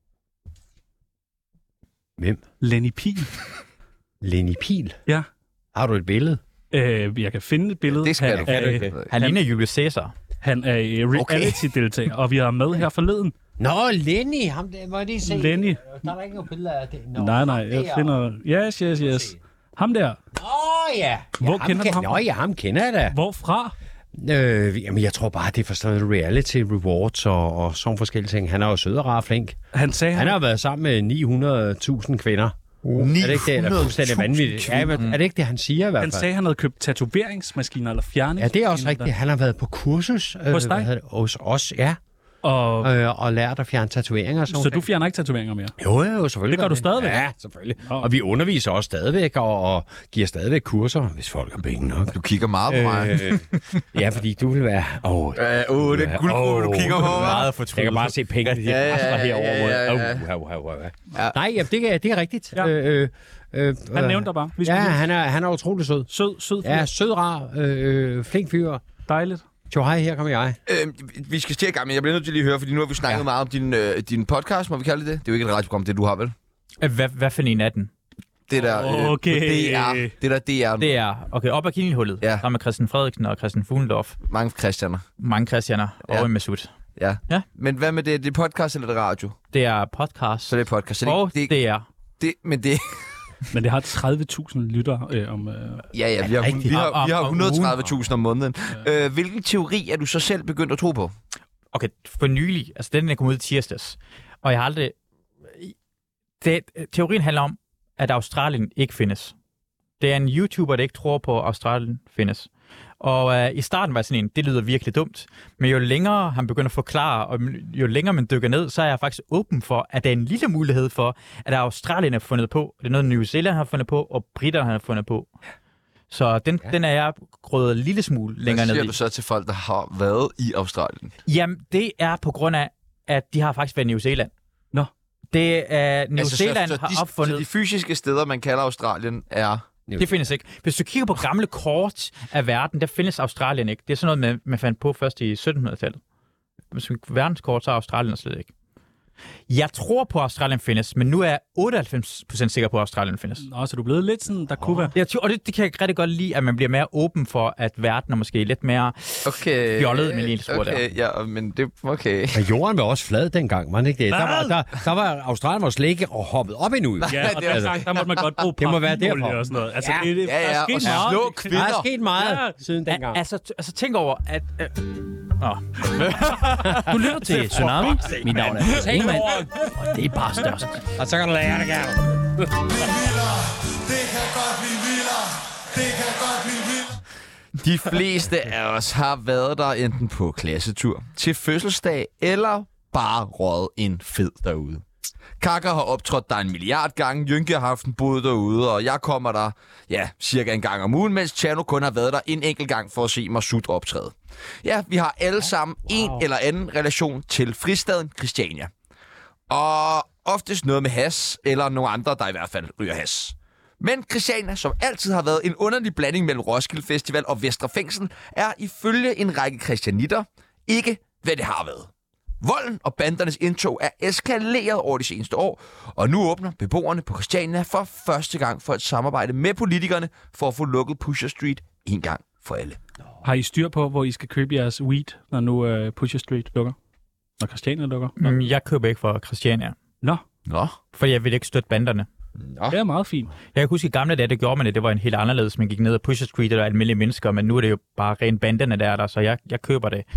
Hvem? Lenny Pihl. Lenny Pihl? Ja. Har du et billede? Jeg kan finde et billede. Det skal du. Han ligner Julius Caesar. Han er reality-deltager, og vi har med her forleden. Nå, Lenny! Ham der, må jeg lige se. Lenny. Der er der ikke noget billede af det. Nej, jeg finder... Yes. Ham der. Ja. Hvor kender du ham? Nå ja, ham kender jeg da. Hvorfra? Jamen, jeg tror bare, det er for sådan noget reality rewards og sådan forskellige ting. Han er jo sød og rar flink. Han har været sammen med 900.000 kvinder. Er det ikke det, der er fuldstændig vanvittigt? Ja, er det ikke det, han siger i hvert fald? Han sagde, han havde købt tatoveringsmaskiner eller fjerningsmaskiner. Ja, det er også rigtigt. Han har været på kursus. Hos dig? Hos os, ja. Og lært at fjerne tatoveringer. Så du fjerner ikke tatoveringer mere? Jo, selvfølgelig. Det gør du stadigvæk? Ja, selvfølgelig. Og vi underviser også stadigvæk, og giver stadigvæk kurser, hvis folk har penge nok. Du kigger meget på mig. Ja, fordi du vil være... det er guldgrube, du kigger på mig. Meget fortrydet. Jeg kan bare se pengene, de rasler herovre. Nej, det er rigtigt. Han nævnte dig bare. Ja, han er utrolig sød. Sød fyr. Ja, sød, rar, flink fyr. Dejligt. Jo, hej, her kommer jeg. Vi skal til i gang, men jeg bliver nødt til lige at høre, fordi nu har vi snakket meget om din podcast, må vi kalde det. Det er jo ikke et radioprogram, det du har, vel? Hvad for en af den? Det der okay. DR. Det er, okay, op ad Kinelhullet. Ja. Sammen med Christian Frederiksen og Christian Fuglendorf. Mange Christianer og en Masud. Ja. Men hvad med det? Det er podcast eller det er radio? Det er podcast. Så det er podcast. Så og det er... Men det har 30.000 lytter om... Ja, vi har 130.000 om måneden. Hvilken teori er du så selv begyndt at tro på? Okay, for nylig. Altså, den er kommet ud i tirsdags. Og jeg har aldrig... Teorien handler om, at Australien ikke findes. Det er en YouTuber, der ikke tror på, at Australien findes. Og i starten var sådan det lyder virkelig dumt. Men jo længere han begynder at forklare, og jo længere man dykker ned, så er jeg faktisk åben for, at der er en lille mulighed for, at Australien har fundet på. Det er noget, New Zealand har fundet på, og Britter har fundet på. Så den er jeg grødet en lille smule længere ned i. Hvad siger du så til folk, der har været i Australien? Jamen, det er på grund af, at de har faktisk været i New Zealand. Nå. Det er New Zealand har opfundet... Så de fysiske steder, man kalder Australien, er... Det findes ikke. Hvis du kigger på gamle kort af verden, der findes Australien ikke. Det er sådan noget, man fandt på først i 1700-tallet. Hvis vi verdenskort, så er Australien slet ikke. Jeg tror på, at Australien findes, men nu er jeg 98% sikker på, at Australien findes. Nå, så du er blevet lidt sådan, der kunne være. Og det kan jeg rigtig godt lide, at man bliver mere åben for, at verden er måske lidt mere fjollet med lille spor der. Ja, men det okay. Men jorden var også flad dengang, var det ikke det? Der var Australien var slet ikke hoppet op endnu. Ja, og der måtte man godt bruge det må være derfor. Og sådan noget. Altså, Der er sket meget siden dengang. Altså tænk over, at... Du lytter til Tsunami. Mit navn er Ingemann, og det er bare størst. Og så kan du lære det gerne. De fleste af os har været der enten på klassetur, til fødselsdag, eller bare røget en fed derude. Kaka har optrådt der 1 milliard gange, Jynke har haft en bod derude, og jeg kommer der, cirka en gang om ugen, mens Tjerno kun har været der en enkelt gang for at se Masud optræde. Ja, vi har alle sammen en eller anden relation til fristaden Christiania. Og oftest noget med has, eller nogle andre, der i hvert fald ryger has. Men Christiania, som altid har været en underlig blanding mellem Roskilde Festival og Vestre Fængsel, er ifølge en række christianitter ikke, hvad det har været. Volden og bandernes indtog er eskaleret over de seneste år, og nu åbner beboerne på Christiania for første gang for et samarbejde med politikerne for at få lukket Pusher Street en gang for alle. Har I styr på, hvor I skal købe jeres weed, når nu Pusher Street lukker? Når Christiania lukker? Jeg køber ikke for Christiania. Nå. For jeg vil ikke støtte banderne. Det er meget fint. Jeg kan huske, i gamle dage, det gjorde man det. Det var en helt anderledes. Man gik ned ad Pusher Street, og der var almindelige mennesker, men nu er det jo bare rent banderne, der så jeg køber det.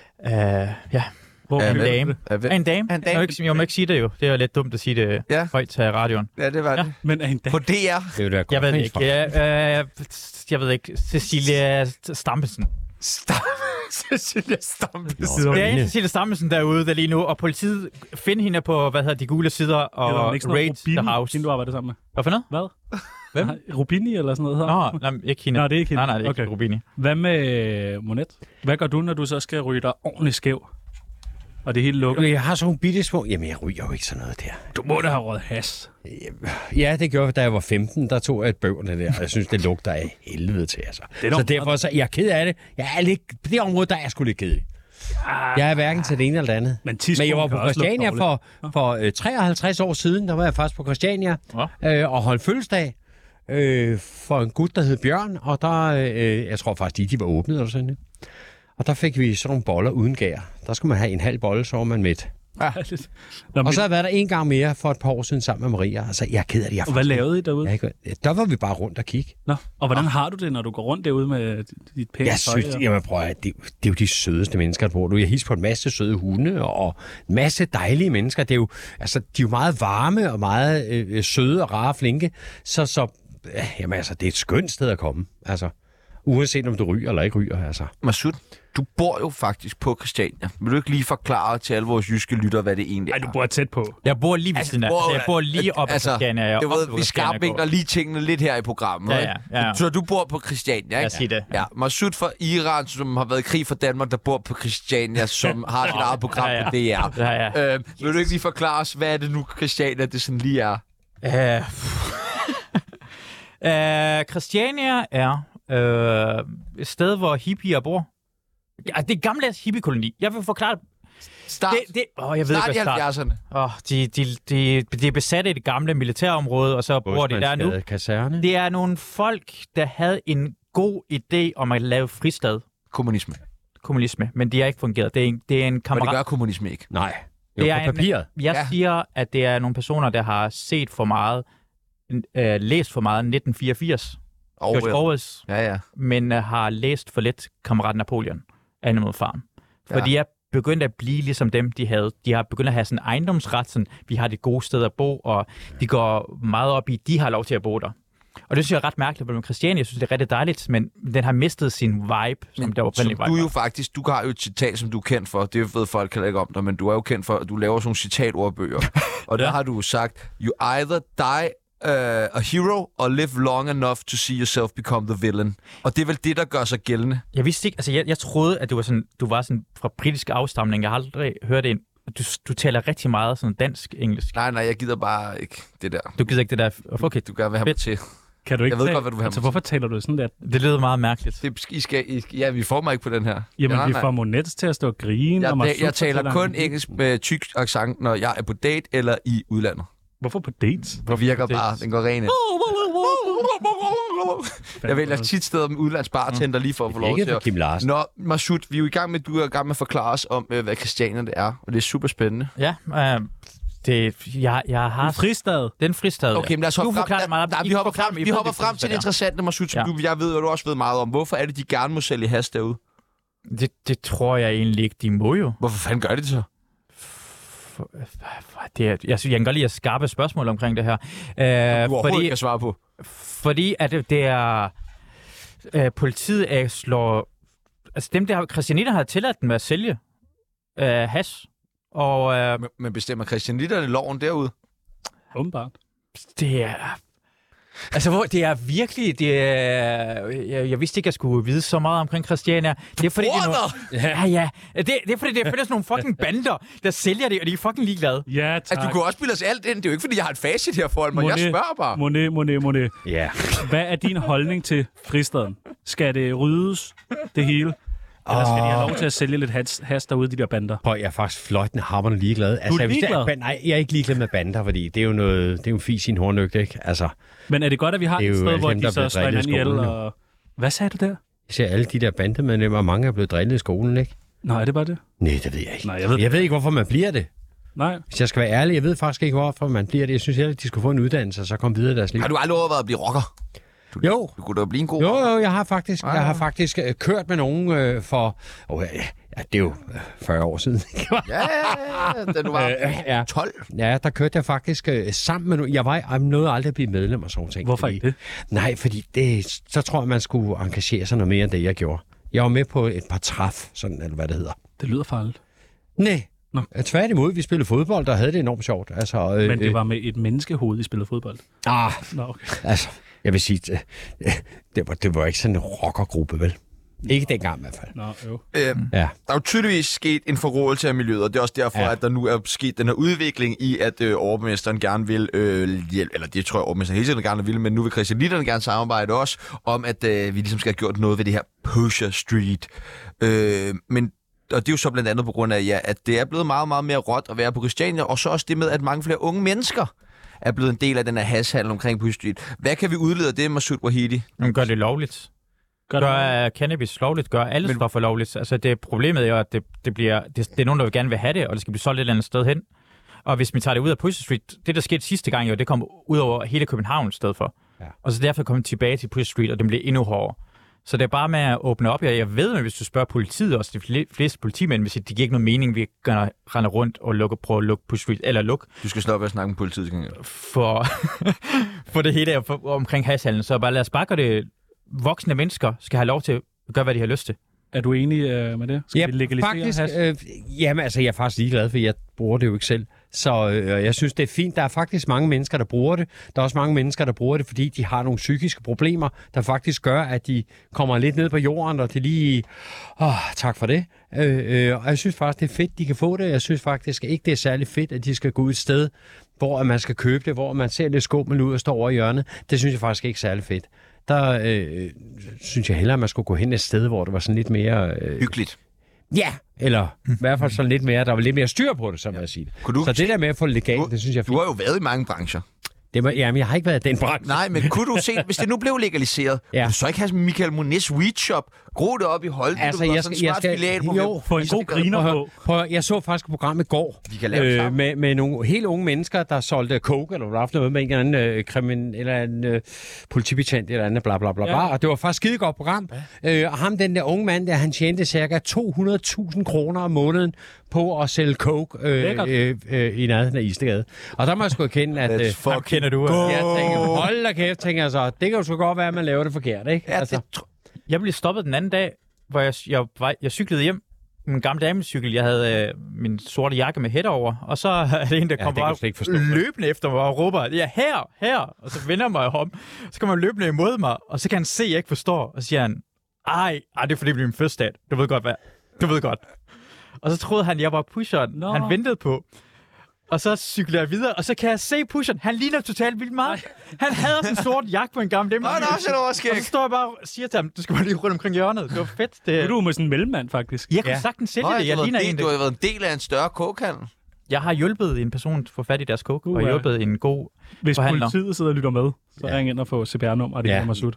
Hvor en dame. En dame? Jeg må ikke sige det jo. Det er jo lidt dumt at sige det højt til radioen. Ja, det var det. Men en dame. På DR. Jeg ved ikke. Jeg ved ikke. Cecilia Stampesen. Cecilia Stampesen. Det er Cecilia Stampesen derude der lige nu, og politiet finder hende på, de gule sider, og raid the house. Hende, du arbejder sammen med. Hvad for noget? Hvad? Hvem? Rubini eller sådan noget? Nå, ikke hende. Nå, det er ikke hende. Nej, det er ikke Rubini. Hvad med Monet? Hvad gør du, når du så skal ryge dig ordentligt skæv? Og det hele lukker? Jeg har sådan nogle bitte små... Jamen, jeg ryger jo ikke sådan noget der. Du må da have røget has. Ja, det gjorde jeg, da jeg var 15. Der tog jeg et bøvne der, og jeg synes, det lugter af helvede til, altså. Så derfor så jeg er ked af det. Jeg er lidt... På det område, der er jeg sgu lidt kedelig. Jeg er hverken til det ene eller det andet. Men jeg var på Christiania for 53 år siden. Der var jeg faktisk på Christiania og holdt fødselsdag for en gut, der hed Bjørn. Og der... jeg tror faktisk, de var åbnet eller sådan. Og der fik vi sådan nogle boller uden gær. Der skulle man have en halv bolle, så var man mæt. Og så har jeg været der en gang mere for et par år siden sammen med Maria. Altså, jeg er ked af det. Og hvad lavede I derude? Der var vi bare rundt og kigge. Nå, og hvordan har du det, når du går rundt derude med dit pæne tøj? Jeg synes, det er jo de sødeste mennesker, der bor. Du har hilst på en masse søde hunde og en masse dejlige mennesker. Det er jo, altså, de er jo meget varme og meget søde og rare flinke. Jamen altså, det er et skønt sted at komme. Altså, uanset om du ryger eller ikke ryger, altså. Masud, du bor jo faktisk på Christiania. Vil du ikke lige forklare til alle vores jyske lytter, hvad det egentlig er? Nej, du bor tæt på. Jeg bor lige ved siden af. Jeg bor lige op på Christiania. Vi skarpvinkler lige tingene lidt her i programmet. Ja. Så du bor på Christiania, ikke? Jeg siger det. Ja. Masud fra Iran, som har været i krig for Danmark, der bor på Christiania, som har sit eget program på DR. Ja. Vil du ikke lige forklare os, hvad er det nu Christiania, det sådan lige er? Christiania er et sted, hvor hippier bor. Ja, det er gamle hippiekoloni. Jeg vil forklare det. Start i 70'erne. De er besatte i det gamle militærområde, og så bor de der nu. Kaserne. Det er nogle folk, der havde en god idé om at lave fristad. Kommunisme, men de har ikke fungeret. Det er en kammerat. Og det gør kommunisme ikke. Nej. Det er på papiret. Jeg siger, at det er nogle personer, der har set for meget, læst for meget 1984. George Orwells, men har læst for lidt Kammerat Napoleon, Animal Farm. For de er begyndt at blive ligesom dem, de havde. De har begyndt at have sådan en ejendomsret, sådan, vi har det gode sted at bo, og de går meget op i, de har lov til at bo der. Og det synes jeg er ret mærkeligt med Christiania. Jeg synes, det er rigtig dejligt, men den har mistet sin vibe, som der oprindeligt var. Du er jo faktisk, du har jo et citat, som du er kendt for. Det ved folk heller ikke om dig, men du er jo kendt for, at du laver sådan nogle citatordbøger. Og der har du sagt, you either die a hero or live long enough to see yourself become the villain. Og det er vel det, der gør sig gældende. Jeg vidste ikke, altså jeg troede, at du var sådan fra britisk afstamning. Jeg har aldrig hørt det. Du taler rigtig meget sådan dansk-engelsk. Nej, jeg gider bare ikke det der. Du gider ikke det der? Okay. Du gør, hvad han til. Kan du ikke jeg ved godt, hvad du vil have. Altså, hvorfor taler du sådan der? Det lyder meget mærkeligt. Vi får mig ikke på den her. Jamen, vi får Monets til at stå og grine. Jeg taler kun engelsk med tyk accent, når jeg er på date eller i udlandet. Hvorfor på dates? Det virker bare. Den går ren ind. Jeg vælger tit steder med udlandsbartender lige for at få lov til at... Kim Larsen. Nå, Masud, vi er jo i gang med, du er i gang med at forklare os om, hvad Christiania det er, og det er super spændende. Ja, jeg har... Fristad. Den fristad. Okay, men lad os hoppe frem. Vi hopper frem til det interessante, Masud, som jeg ved, og du også ved meget om. Hvorfor er det, de gerne må sælge hash derude? Det tror jeg egentlig ikke, de må jo. Hvorfor fanden gør de det så? Jeg kan godt lide at skarpe spørgsmål omkring det her. Du overhovedet ikke kan svare på. Fordi at det er... politiet slår... Altså dem, der Christianitter har tilladt dem at sælge hash. Og, men bestemmer Christianitterne loven derude? Åbenbart. Det er... Altså, det er virkelig... Jeg vidste ikke, jeg skulle vide så meget omkring Christiania. Det er fordi, det er fordi, det er sådan nogle fucking bander, der sælger det, og de er fucking ligeglade. Ja, tak. Altså, du kan også bilde os alt ind. Det er jo ikke, fordi jeg har et facit her foran mig. Jeg spørger bare. Monet. Ja. Hvad er din holdning til fristaden? Skal det ryddes, det hele? Eller skal de have lov til at sælge lidt hash derude, de der bander? Jeg er faktisk fløjtende hamrende ligeglad. Du er ligeglad? Nej, jeg er ikke ligeglad med bander, fordi det er jo noget, det er jo fis i en hornlygte, ikke? Altså, men er det godt, at vi har et sted, hvor de så slår hinanden ihjel? Og... Hvad sagde du der? Jeg ser alle de der bandemedlemmer, mange er blevet drillet i skolen, ikke? Nå, er det bare det? Nej, det ved jeg ikke. Nej, jeg ved ikke, hvorfor man bliver det. Nej. Hvis jeg skal være ærlig, jeg ved faktisk ikke, hvorfor man bliver det. Jeg synes heller, at de skulle få en uddannelse, og så komme videre i deres liv. Har du aldrig overvejet at blive rocker? Jo. Du kunne da blive en god Jo, jeg har faktisk kørt med nogen for... det er jo 40 år siden. Da du var 12. Ja, der kørte jeg faktisk sammen med nogen. Jeg nåede aldrig at blive medlem og sådan ting. Hvorfor ikke det? Nej, fordi så tror jeg, man skulle engagere sig noget mere end det, jeg gjorde. Jeg var med på et par træf, sådan, eller hvad det hedder. Det lyder farligt. Nej. Tværtimod, vi spillede fodbold, der havde det enormt sjovt. Altså, men det var med et menneskehoved, I spillede fodbold? Nå, okay. Altså, jeg vil sige, det var ikke sådan en rockergruppe, vel? Ikke dengang i hvert fald. Nå, jo. Der er jo tydeligvis sket en forrådelse af miljøet, og det er også derfor, at der nu er sket den her udvikling i, at overborgmesteren gerne vil hjælpe, eller det tror jeg, overborgmesteren hele tiden gerne vil, men nu vil Christianitterne gerne samarbejde også, om at vi ligesom skal have gjort noget ved det her Pusher Street. Og det er jo så blandt andet på grund af, at det er blevet meget, meget mere råt at være på Christiania, og så også det med, at mange flere unge mennesker er blevet en del af den her hashhandel omkring Pusher Street. Hvad kan vi udlede af det, Masud Wahidi? Gør det lovligt. Gør cannabis lovligt, gør alle stoffer lovligt. Altså problemet er jo, at det er nogen, der gerne vil have det, og det skal blive solgt et eller andet sted hen. Og hvis vi tager det ud af Pusher Street, det der skete sidste gang jo, det kom ud over hele København i stedet for. Ja. Og så derfor kom det tilbage til Pusher Street, og det blev endnu hårdere. Så det er bare med at åbne op. Jeg ved, at hvis du spørger politiet, også de fleste politimænd, hvis det giver ikke nogen mening, vi kan rende rundt og prøve at lukke Pusher Street, eller lukke. Du skal stoppe at snakke med politiet. For det hele omkring hashhandlen. Så bare lad os bare gøre det. Voksne mennesker skal have lov til at gøre, hvad de har lyst til. Er du enig med det? Skal vi legalisere faktisk, jamen, altså, jeg er faktisk ligeglad, for jeg bruger det jo ikke selv. Så jeg synes, det er fint. Der er faktisk mange mennesker, der bruger det. Der er også mange mennesker, der bruger det, fordi de har nogle psykiske problemer, der faktisk gør, at de kommer lidt ned på jorden, og det lige... tak for det. Og jeg synes faktisk, det er fedt, de kan få det. Jeg synes faktisk ikke, det er særlig fedt, at de skal gå ud et sted, hvor man skal købe det, hvor man ser lidt skummel ud og står over i hjørnet. Det synes jeg faktisk ikke er særlig fedt. Der synes jeg hellere, at man skulle gå hen et sted, hvor det var sådan lidt mere... hyggeligt. Ja, eller i hvert fald sådan lidt mere, der var lidt mere styr på det, som jeg siger det. Så det der med at få det legalt, det synes jeg... Du har jo været i mange brancher. Jamen, jeg har ikke været i den branche. Nej, men kunne du se, hvis det nu blev legaliseret, kunne du så ikke have Michael Monets Weed Shop, gro det op i Holte, altså, du sådan en smart filial på få en god griner på. Jeg så faktisk et program i går med nogle helt unge mennesker, der solgte coke, eller haft noget med en eller anden politibetjent, eller andet, bla bla bla, bla. Og det var faktisk et skidegodt program. Og ham, den der unge mand, der han tjente cirka 200.000 kroner om måneden på at sælge coke i nærheden af Istegade. Og der må jeg sgu erkende, at... kender du? Jeg tænker, hold da kæft, tænker jeg så. Det kan jo sgu godt være, at man laver det forkert, ikke? Ja, altså. Jeg blev stoppet den anden dag, hvor jeg cyklede hjem. Min gamle damecykel, jeg havde min sorte jakke med hætter over, og så er det en, der kommer bare løbende efter mig og råber, ja, her, og så vender mig om, så kommer han løbende imod mig, og så kan han se, at jeg ikke forstår, og så siger han, ej, det er fordi, det bliver min fødselsdag. Du ved godt, hvad? Du ved godt. Og så troede han, jeg var pusheren. Han ventede på. Og så cykler jeg videre, og så kan jeg se pusheren. Han ligner totalt vildt meget. Han havde sådan en sort jakke på en gammel dem. Nå, så og så står jeg bare og siger til ham, du skal bare lige rundt omkring hjørnet. Det var fedt. Det... Du er med sådan en mellemmand, faktisk. Jeg kunne sagtens sælge det. Jeg ligner en. Du har været en del af en større kogehandel. Jeg har hjulpet en person få fat i deres coke, og hjulpet en god Hvis forhandler. politiet sidder og lytter med, så ring ind og få CPR-nummer, og det er Masud.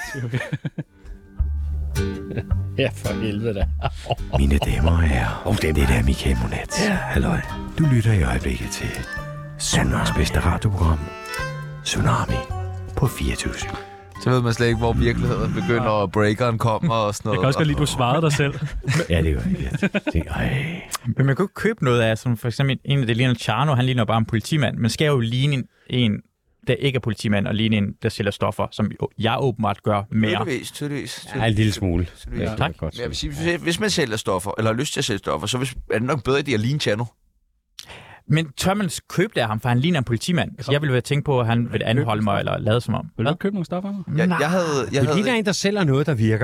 Ja, for helvede da. Mine damer og herrer, det er Michael Monet. Ja, halløj. Du lytter i øjeblikket til Danmarks bedste radioprogram, Tsunami på 24. Så ved man slet ikke, hvor virkeligheden begynder, og breakeren kommer og sådan noget. Jeg kan også godt lide, du svarede dig selv. Ja, det gør jeg. Men man kan jo ikke købe noget af, som for eksempel en af det ligner Charno, han ligner bare en politimand. Man skal jo ligne en, der ikke er politimand, og ligne en, der sælger stoffer, som jeg åbenbart gør mere. Tydeligvis. Ja, en lille smule. Ja, tak. Men jeg vil sige, hvis man sælger stoffer, eller har lyst til at sælge stoffer, så er det nok bedre, at de er ligne Chano. Men tør man købe det af ham, for han ligner en politimand? Altså, jeg ville være tænke på, at han vil anholde mig, eller lade som om. Vil du købe nogle stoffer af mig? Jeg Det ligner en, der sælger noget, der virker.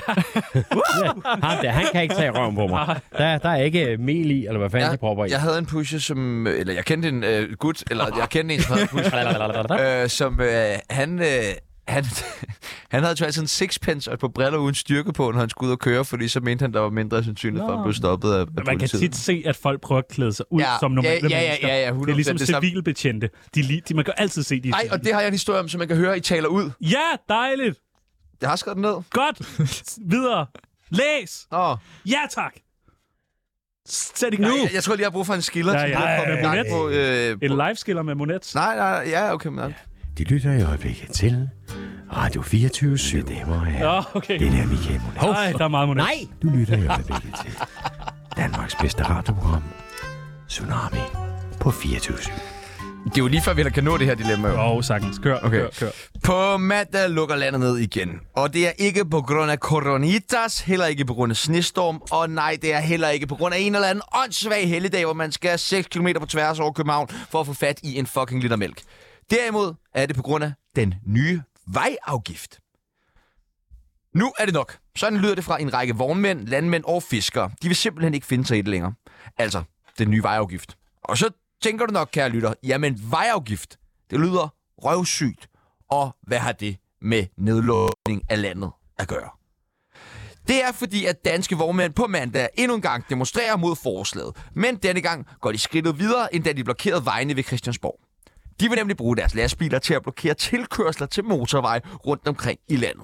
Han kan ikke tage røven på mig. Der er ikke mel i, eller hvad fanden de propper i. Jeg havde en pusher, som... Eller jeg kendte en gut, eller jeg kendte en, som havde en pusher, som han havde jo altid en sixpence og et par briller uden styrke på, når han skulle ud og køre, fordi så mente han, der var mindre sandsynligt for, at han blev stoppet af politiet. Man kan tit se, at folk prøver at klæde sig ud som normale mennesker. Ja, 100%. Det er ligesom civilbetjente. Man kan altid se de. Nej, og det har jeg en historie om, som man kan høre, I taler ud. Ja, dejligt. Jeg har skrevet den ned. Godt. Videre. Læs. Ja, tak. Sæt i gang. Jeg tror lige, jeg har brug for en skiller. En live-skiller med Monet. Nej, okay. Men... De lytter i øjeblikket til Radio 24, damer og herrer. Okay. Det er Michael Monet. Nej, der er meget Monet. Nej! Du lytter i øjeblikket til Danmarks bedste radioprogram, Tsunami på 24. Det er jo lige før, vi kan nå det her dilemma. Sagtens. Kør. På mandag lukker landet ned igen. Og det er ikke på grund af coronitas, heller ikke på grund af snestorm, og nej, det er heller ikke på grund af en eller anden åndssvag helligdag, hvor man skal 6 km på tværs over København for at få fat i en fucking liter mælk. Derimod er det på grund af den nye vejafgift. Nu er det nok. Sådan lyder det fra en række vognmænd, landmænd og fiskere. De vil simpelthen ikke finde sig i det længere. Altså, den nye vejafgift. Og så tænker du nok, kære lytter, jamen vejafgift, det lyder røvsygt. Og hvad har det med nedlukning af landet at gøre? Det er fordi, at danske vognmænd på mandag endnu en gang demonstrerer mod forslaget. Men denne gang går de skridtet videre, end da de blokerede vejene ved Christiansborg. De vil nemlig bruge deres lastbiler til at blokere tilkørsler til motorvej rundt omkring i landet.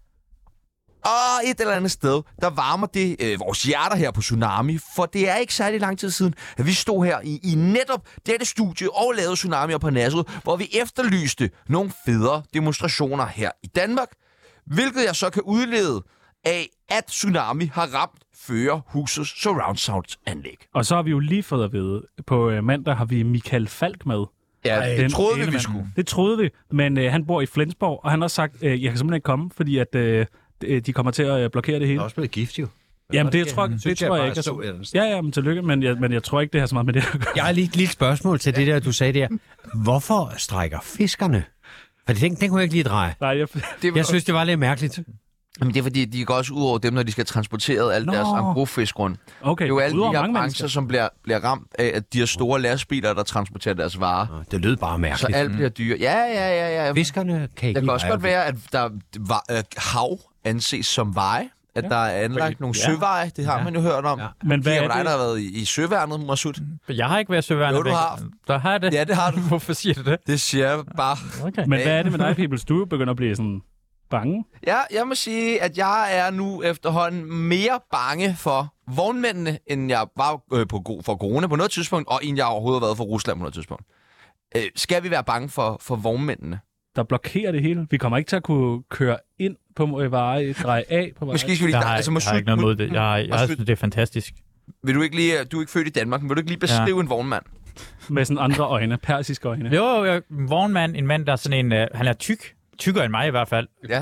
Og et eller andet sted, der varmer det vores hjerter her på Tsunami, for det er ikke særlig lang tid siden, at vi stod her i netop dette studie og lavede Tsunami og Parnasset, hvor vi efterlyste nogle federe demonstrationer her i Danmark, hvilket jeg så kan udlede af, at Tsunami har ramt Førerhusets surround sound-anlæg. Og så har vi jo lige fået at vide, på mandag har vi Michael Falk med. Ja, det troede vi skulle. Det troede vi, men han bor i Flensborg, og han har sagt, jeg kan simpelthen ikke komme, fordi at de kommer til at blokere det hele. Der er også blevet gift, jo. Jamen, det tror jeg ikke. Ja, men tillykke, men jeg tror ikke, det har så meget med det at gøre. Jeg har lige et lille spørgsmål til det der, du sagde der. Hvorfor strækker fiskerne? For den kunne jeg ikke lige dreje. Nej, jeg synes, det var lidt mærkeligt. Men det er fordi, de går også ud over dem, når de skal transportere alt deres engrosfisk rundt. Okay, det er jo alle de her brancher, som bliver ramt af, at de her store lastbiler, der transporterer deres varer. Det lød bare mærkeligt. Så alt bliver dyre. Ja. Fiskerne kan ikke. Det kan også godt være, at der hav anses som veje. At der er anlagt nogle søveje. Det har man jo hørt om. Ja. Men hvad er det? Der har været i søværnet, Masud. Jeg har ikke været søværnet. Jo, du har. Der har jeg det. Ja, det har du. Hvorfor siger du det? Det siger jeg bare. Okay. Men hvad er det med dig, Peoples? Du begynder at blive sådan bange? Ja, jeg må sige, at jeg er nu efterhånden mere bange for vognmændene, end jeg var for corona på noget tidspunkt, og end jeg overhovedet har været for Rusland på noget tidspunkt. Skal vi være bange for vognmændene? Der blokerer det hele. Vi kommer ikke til at kunne køre ind på veje, dreje af på veje. Måske skal vi lige... Jeg har ikke noget mod det. Jeg synes, det er fantastisk. Vil du ikke lige... Du er ikke født i Danmark, men vil du ikke lige beskrive en vognmand? Med sådan andre øjne, persiske øjne. Jo, en vognmand, en mand, der er sådan en... han er tykkere end mig i hvert fald. Ja.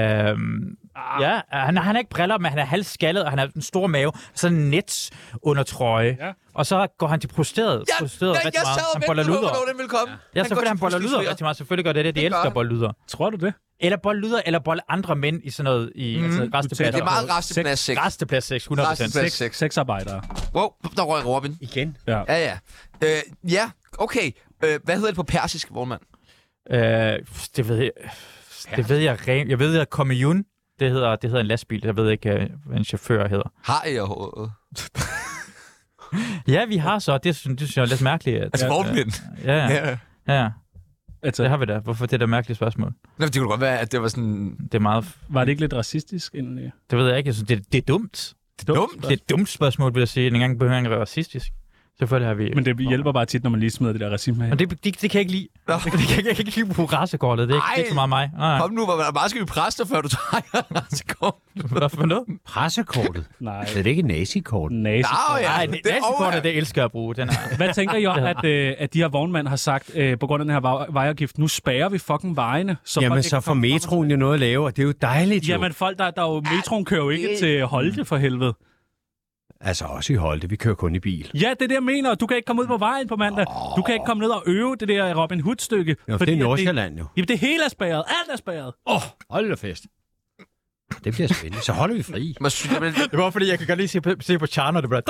Han har ikke briller, men han er halvskaldet, og han har en stor mave, sådan en net under trøje. Ja. Og så går han til prosteret rigtig meget. Han boller luder. Den vil komme. Ja, selvfølgelig han boller luder rigtig meget. Selvfølgelig gør det. De elsker at bolle luder. Tror du det? Eller boldlyder, eller bold andre mænd i sådan noget i resteplads. Det er meget resteplads 6. Resteplads 6, 100%. Resteplads 6. Sexarbejdere. Wow, der røg Robin. Igen? Ja. Ja, okay. Hvad hedder det på persisk, vognmand? Det ved jeg. Det ved jeg rent. Jeg ved, at kamyon, det hedder en lastbil. Jeg ved ikke, hvad en chauffør hedder. Har I overhovedet? Ja, vi har så. Det synes jeg er lidt mærkeligt. Altså vognmænd? Ja. Altså, det har vi da. Hvorfor det er da mærkeligt spørgsmål? Nå, det kunne godt være, at det var sådan... Det er meget... Var det ikke lidt racistisk egentlig? Det ved jeg ikke. Altså, det er dumt. Det er et dumt spørgsmål, vil jeg sige. En gang behøver ikke at være racistisk. Selvfølgelig har vi... Men det hjælper bare tit, når man lige smider det der racisme af. Men det kan jeg ikke lide. Jeg kan ikke lide på racekortet. Det er ikke så meget mig. Kom nu, hvor bare skal vi presse dig, før du trækker racekortet. Hvad for noget? Pressekortet? Nej. Det er ikke nazikort. Nej, nazikortet, det elsker jeg at bruge. Hvad tænker I om, at de her vognmænd har sagt, på grund af den her vejafgift, nu spærrer vi fucking vejene? Jamen, så får metroen jo noget at lave, og det er jo dejligt jo. Jamen, folk, der jo metroen kører jo ikke til Holte for helvede. Altså også i Holte, vi kører kun i bil. Ja, det er det, jeg mener. Du kan ikke komme ud på vejen på mandag. Du kan ikke komme ned og øve det der Robin Hood-stykke. Jo, det er Nordsjælland jo. Jamen, det hele er spærret. Alt er spærret. Hold da fest. Det bliver spændende. Så holder vi fri. Det var fordi, jeg kan godt lige se på Charno, det bliver...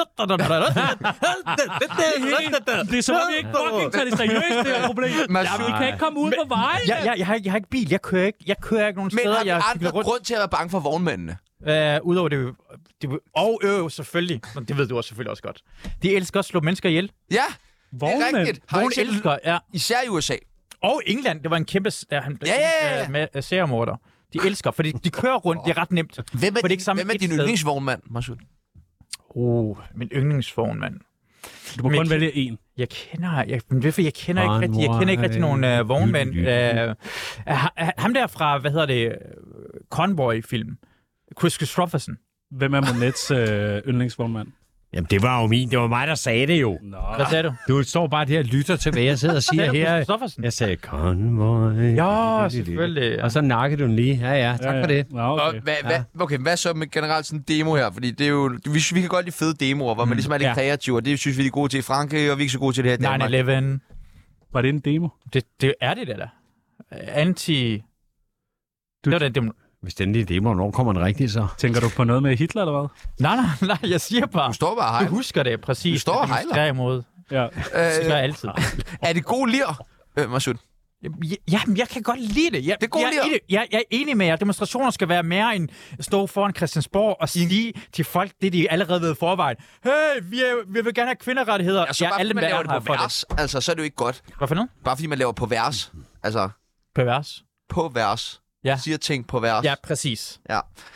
Det er som om, vi ikke fucking tager det seriøst, det her problem. Vi kan ikke komme ud på vejen. Jeg har ikke bil. Jeg kører ikke nogen steder. Men har vi andre grund til at være bange for vognmændene? Udover det selvfølgelig. Det ved du også selvfølgelig også godt. De elsker at slå mennesker ihjel. Ja, det er rigtigt. Nogen elsker, ja. Især i USA. Og England, det var en kæmpe med seriemorder. De elsker, fordi de kører rundt, det er ret nemt. Hvem er din yndlingsvognmand, Masud? Min yndlingsvognmand. Du må kun vælge en. Jeg kender ikke rigtig nogen vognmænd. Ham der fra, Convoy-film. Chris Christopherson. Hvem er Monets yndlingsvognmand? Jamen, det var jo det var mig, der sagde det jo. Hvad sagde du? Du står bare der og lytter til, hvad jeg sidder og siger her. Jeg sagde, Convoy. Ja, selvfølgelig. Ja. Og så nakkede du den lige. Ja, tak for det. Okay, hvad så med generelt sådan en demo her? Fordi det er jo, vi kan godt lide fede demoer, hvor man ligesom er lidt kreativ, og det synes vi er gode til i Frankrig, og vi er ikke så gode til det her i Danmark. 9/11. Var det en demo? Det er det da. Det var den demo. Hvis den lige demo, hvornår kommer den rigtigt så? Tænker du på noget med Hitler, eller hvad? Nej, jeg siger bare... Du står bare Du husker det præcis. Du står og hejler. Imod. Ja. Det gør jeg altid. Er det god lir, Masud? Jamen, jeg kan godt lide det. Jeg er enig med jer. Demonstrationer skal være mere end at stå foran Christiansborg og sige til folk, det de allerede ved forvejen. Hey, vi vil gerne have kvinderettigheder. Ja, så bare fordi man laver det på vers, altså, så er det jo ikke godt. Hvad for noget? Bare fordi man laver på vers. Altså... På vers? På vers. Ja. Siger ting på vers. Ja, præcis. Ja.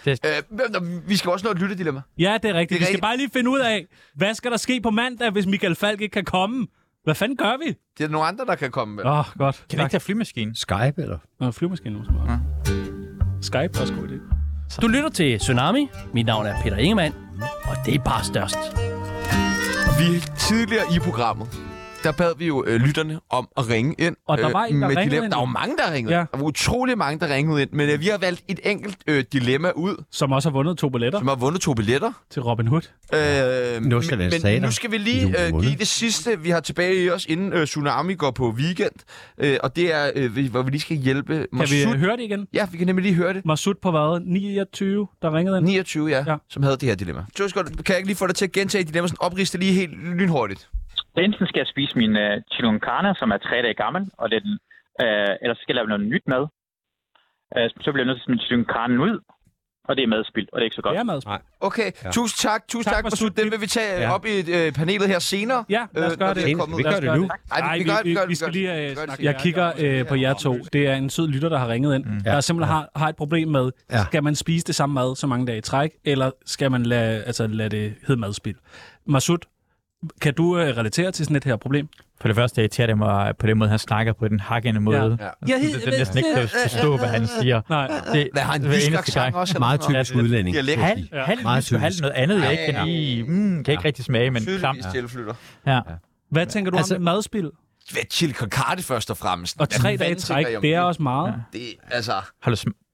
Vi skal også nå et lyttedilemma. Ja, det er rigtigt. Vi skal bare lige finde ud af, hvad skal der ske på mandag, hvis Michael Falk ikke kan komme? Hvad fanden gør vi? Det er nogle andre, der kan komme med. Godt. Kan vi ikke tage flymaskinen? Skype, eller? Flymaskinen måske. Ja. Skype er også god idé. Du lytter til Tsunami. Mit navn er Peter Ingemann, og det er bare størst. Vi tidligere i programmet, der bad vi jo lytterne om at ringe ind. Og der var en, der ringede ind. Der var mange, der ringede. Ja. Der var utrolig mange, der ringede ind. Men vi har valgt et enkelt dilemma ud. Som også har vundet 2 billetter. Som har vundet 2 billetter. Til Robin Hood. Men nu skal vi lige give det sidste, vi har tilbage i os, inden Tsunami går på weekend. Og det er, hvor vi lige skal hjælpe Masud. Kan vi høre det igen? Ja, vi kan nemlig lige høre det. Masud på hvad? 29, der ringede ind? 29, ja. Som havde det her dilemma. Så kan jeg ikke lige få dig til at gentage dilemma, sådan opriste lige helt lynhurtigt. Enten skal jeg spise min chicken carne, som er 3 dage gammel, og det er den, eller så skal jeg lave noget nyt mad. Så bliver jeg nødt til at smide chicken carne ud, og det er madspild, og det er ikke så godt. Det er madspild. Okay, ja. Tusind tak, Masud. Den vil vi tage op i panelet her senere. Ja, lad os gøre det. Vi gør det nu. Nej, vi skal lige... Jeg kigger på jer to. Det er en sød lytter, der har ringet ind. Der simpelthen har et problem med, skal man spise det samme mad så mange dage i træk, eller skal man lade det hedde madspild? Masud, kan du relatere til sådan et her problem? For det første irriterer det mig på den måde, han snakker på den hakkende måde. Ja. Det er næsten ikke til at forstå, hvad han siger. Nej. Hvad har han viskak også? Meget typisk udlænding. Halv noget andet, jeg ikke kan lide. Kan ikke rigtig smage, men klamt. Ja. Hvad tænker du om madspild? Chili con carne først og fremmest. Og 3 dage træk, det er også meget. Det, altså...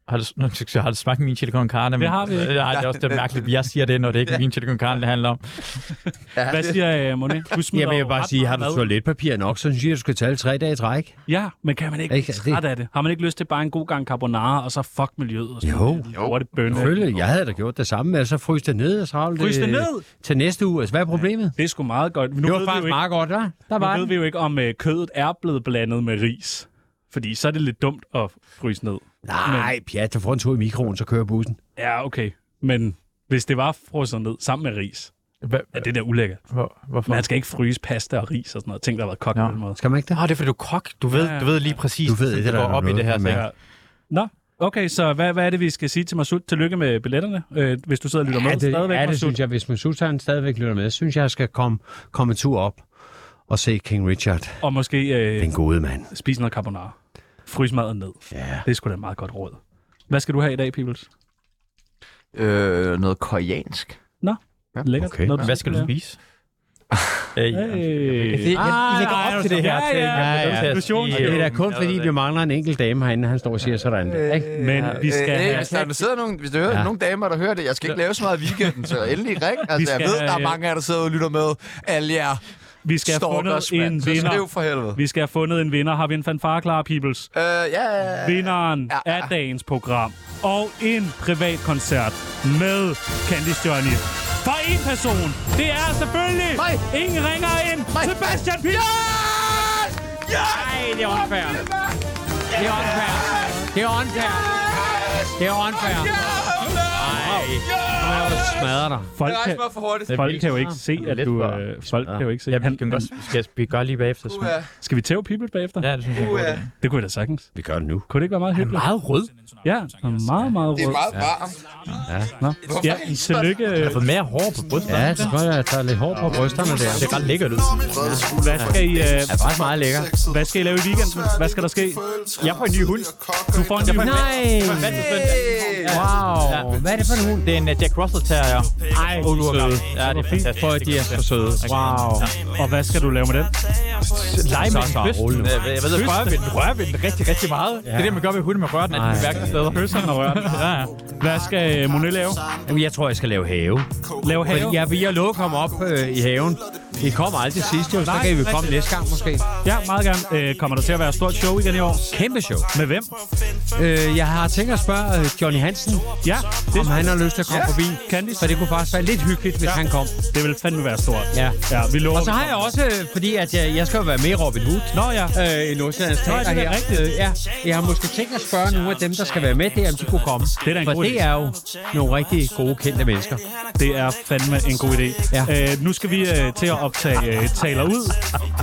Har du smagt min chili con carne? Det har vi ikke. Det er også det mærkeligt, jeg siger det, når det ikke er min chili con carne, det handler om. Hvad siger Monet? Jeg vil bare sige, har du toiletpapir nok, så synes jeg, du skal tage 3 dage i træk. Ja, men kan man ikke træt af det? Har man ikke lyst til bare en god gang carbonara, og så fuck miljøet? Og Jo. Det bønner. Selvfølgelig. Jeg havde da gjort det samme med, at så fryse det ned, og så holde det til næste uge. Altså, hvad er problemet? Det er sgu meget godt. Det var faktisk meget godt, hva'? Nu ved vi jo ikke, om kødet er blevet blandet med ris. Fordi så er det lidt dumt at fryse ned. Nej, pjat, du får en tur i mikroen, så kører bussen. Ja, okay. Men hvis det var frosset ned sammen med ris, er det der ulækkert. Hvorfor? Man skal ikke fryse pasta og ris og sådan noget. Ting, der har været kogt på den måde. Skal man ikke det? Det er fordi, du er kok. Du ved lige præcis, du ved, det går op i det her. Ja. Nå, okay, så hvad er det, vi skal sige til Masud? Tillykke med billetterne, hvis du sidder og lytter med stadigvæk. Ja, det synes jeg. Hvis Masud stadigvæk lytter med, synes jeg skal komme en tur op og se King Richard. Og måske den gode mand. Spise noget carbonara. Frys maden ned. Ja. Det er sgu da meget godt råd. Hvad skal du have i dag, Peoples? Noget koreansk. Nå, lækkert. Okay. Hvad skal du spise? Jeg lægger op til det her. Det er da kun fordi, vi mangler en enkelt dame herinde, han står og siger sådan. Men vi skal have... Hvis der hører nogle damer, der hører det, jeg skal ikke lave så meget i weekenden, så endelig ring. Altså, jeg ved, der er mange af jer, der sidder og lytter med. Alle jer. Vi skal have fundet en vinder. For helvede. Vi skal have fundet en vinder. Har vi en fanfare klar, Peoples? Ja. Vinderen af dagens program. Og en privat koncert med Candice Johnny. For en person. Det er selvfølgelig ingen ringer ind. Sebastian Pil. Nej, det er unfair. Det er unfair. Smadrer dig. Folk kan jo ikke se, at du... Folk kan jo ikke se. Vi gør lige bagefter. Skal vi tæve People bagefter? Ja, det synes jeg. Det kunne vi da sagtens. Vi gør det nu. Kunne det ikke være meget hyggeligt? Meget rød. Ja, meget, meget rød. Det er meget varmt. Ja, tillykke. Jeg har fået mere hår på brysterne. Ja, det tror jeg tager lidt hår på brysterne der. Det er ret lækkert ud. Hvad skal I... Det er faktisk meget lækkert. Hvad skal I lave i weekenden? Hvad skal der ske? Jeg får en ny hund. Du får en ny hund? Nej! Wow! Hvad er det for en hund? Det er en Jack Russell Terrier. Ej, søde. Ja, det er fantastisk. For at de er så søde. Wow. Og hvad skal du lave med den? Lege med kysten. Jeg ved, rører ved den rigtig, rigtig meget. Det er det, man gør ved hunden med rører den, at de mærker steder. Høseren og rører den. Ja. Hvad skal Monet lave? Jamen, jeg tror, jeg skal lave have. Lave have? Fordi vi har lovet at komme op i haven. Vi kommer aldrig sidst, jo. Så kan vi komme næste gang, måske. Ja, meget gerne. Kommer der til at være et stort show igen i år? Kæmpe show. Med hvem? Jeg har tænkt at spørge Johnny Hansen, ja, om han har lyst til at komme forbi. Candice. For det kunne faktisk være lidt hyggeligt, hvis han kom. Det vil fandme være stort. Ja, vi lover. Og så har jeg også, fordi at jeg skal jo være med i Robin Hood. Nå ja. I Nordsjællands Teater her. Rigtigt. Ja, jeg har måske tænkt at spørge nogle af dem, der skal være med der, om de kunne komme. Det er da en for god det er jo nogle rigtig gode, kendte mennesker. Det er fandme en god idé. Ja. Nu skal vi til at optage Taler Ud.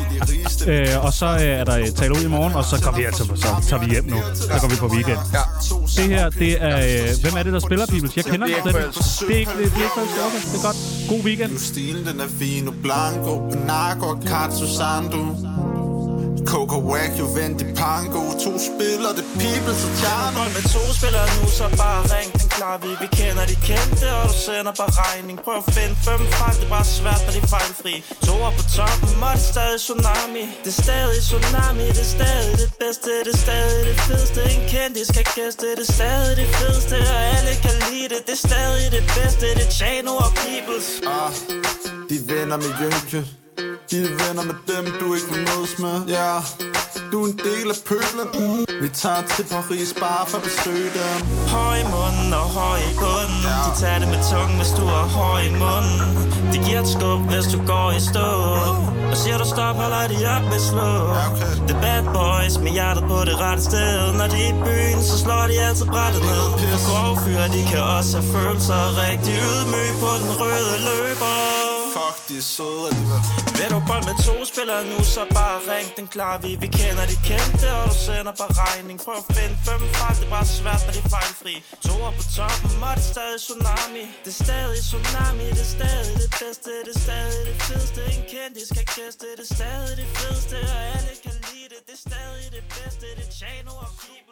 Og så er der Taler Ud i morgen, og så kommer vi så tager vi hjem nu. Så går vi på weekend. Ja. Det her, det er... Hvem er det, der spiller, Peoples? Jeg kender det. Det er ikke okay. Det er godt. God weekend. Stilen, den er fino, blanco, panago, katsu sandu. Coco Wack, Juventi Pango. 2 spiller, det Peoples og Tjerno. Med 2 spiller nu, så bare ring. Den klar, vi kender de kendte, og du sender bare regning. Prøv at finde 5 fejl, det er bare svært, når de er fejlfri. 2 på toppen, og det er stadig tsunami. Det er stadig tsunami, det er stadig det bedste. Det er stadig det fedeste, en kendis skal gæste. Det er stadig det fedeste, og alle kan lide det. Det er stadig det bedste, det er Tjerno og Peoples. De venner med Jynke. De er venner med dem, du ikke vil mødes med. Ja, du er en del af pøblen. Vi tager til Paris bare for at besøge dem. Høj i munden og høj i bunden. De tager det med tungen, hvis du er høj i munden. De giver et skub, hvis du går i stå. Og siger du stop, holder de op med slå. Det er bad boys med hjertet på det rette sted. Når de er i byen, så slår de altid brættet ned. Og grovfyr, de kan også have følelser. Rigtig ydmyg på den røde løber. Fuck, de er søde alligevel. Vil du bold med 2 spillere nu, så bare ring. Den klar, vi kender de kendte, og du sender bare regning. Prøv at finde 5 fejl, det er bare svært, når de er fejlfri. 2 på toppen, og det er stadig tsunami. Det er stadig tsunami, det er stadig det bedste. Det er stadig det fedeste, en kendis skal gæste. Det er stadig det fedeste, og alle kan lide det. Det er stadig det bedste, det er Tjerno og People.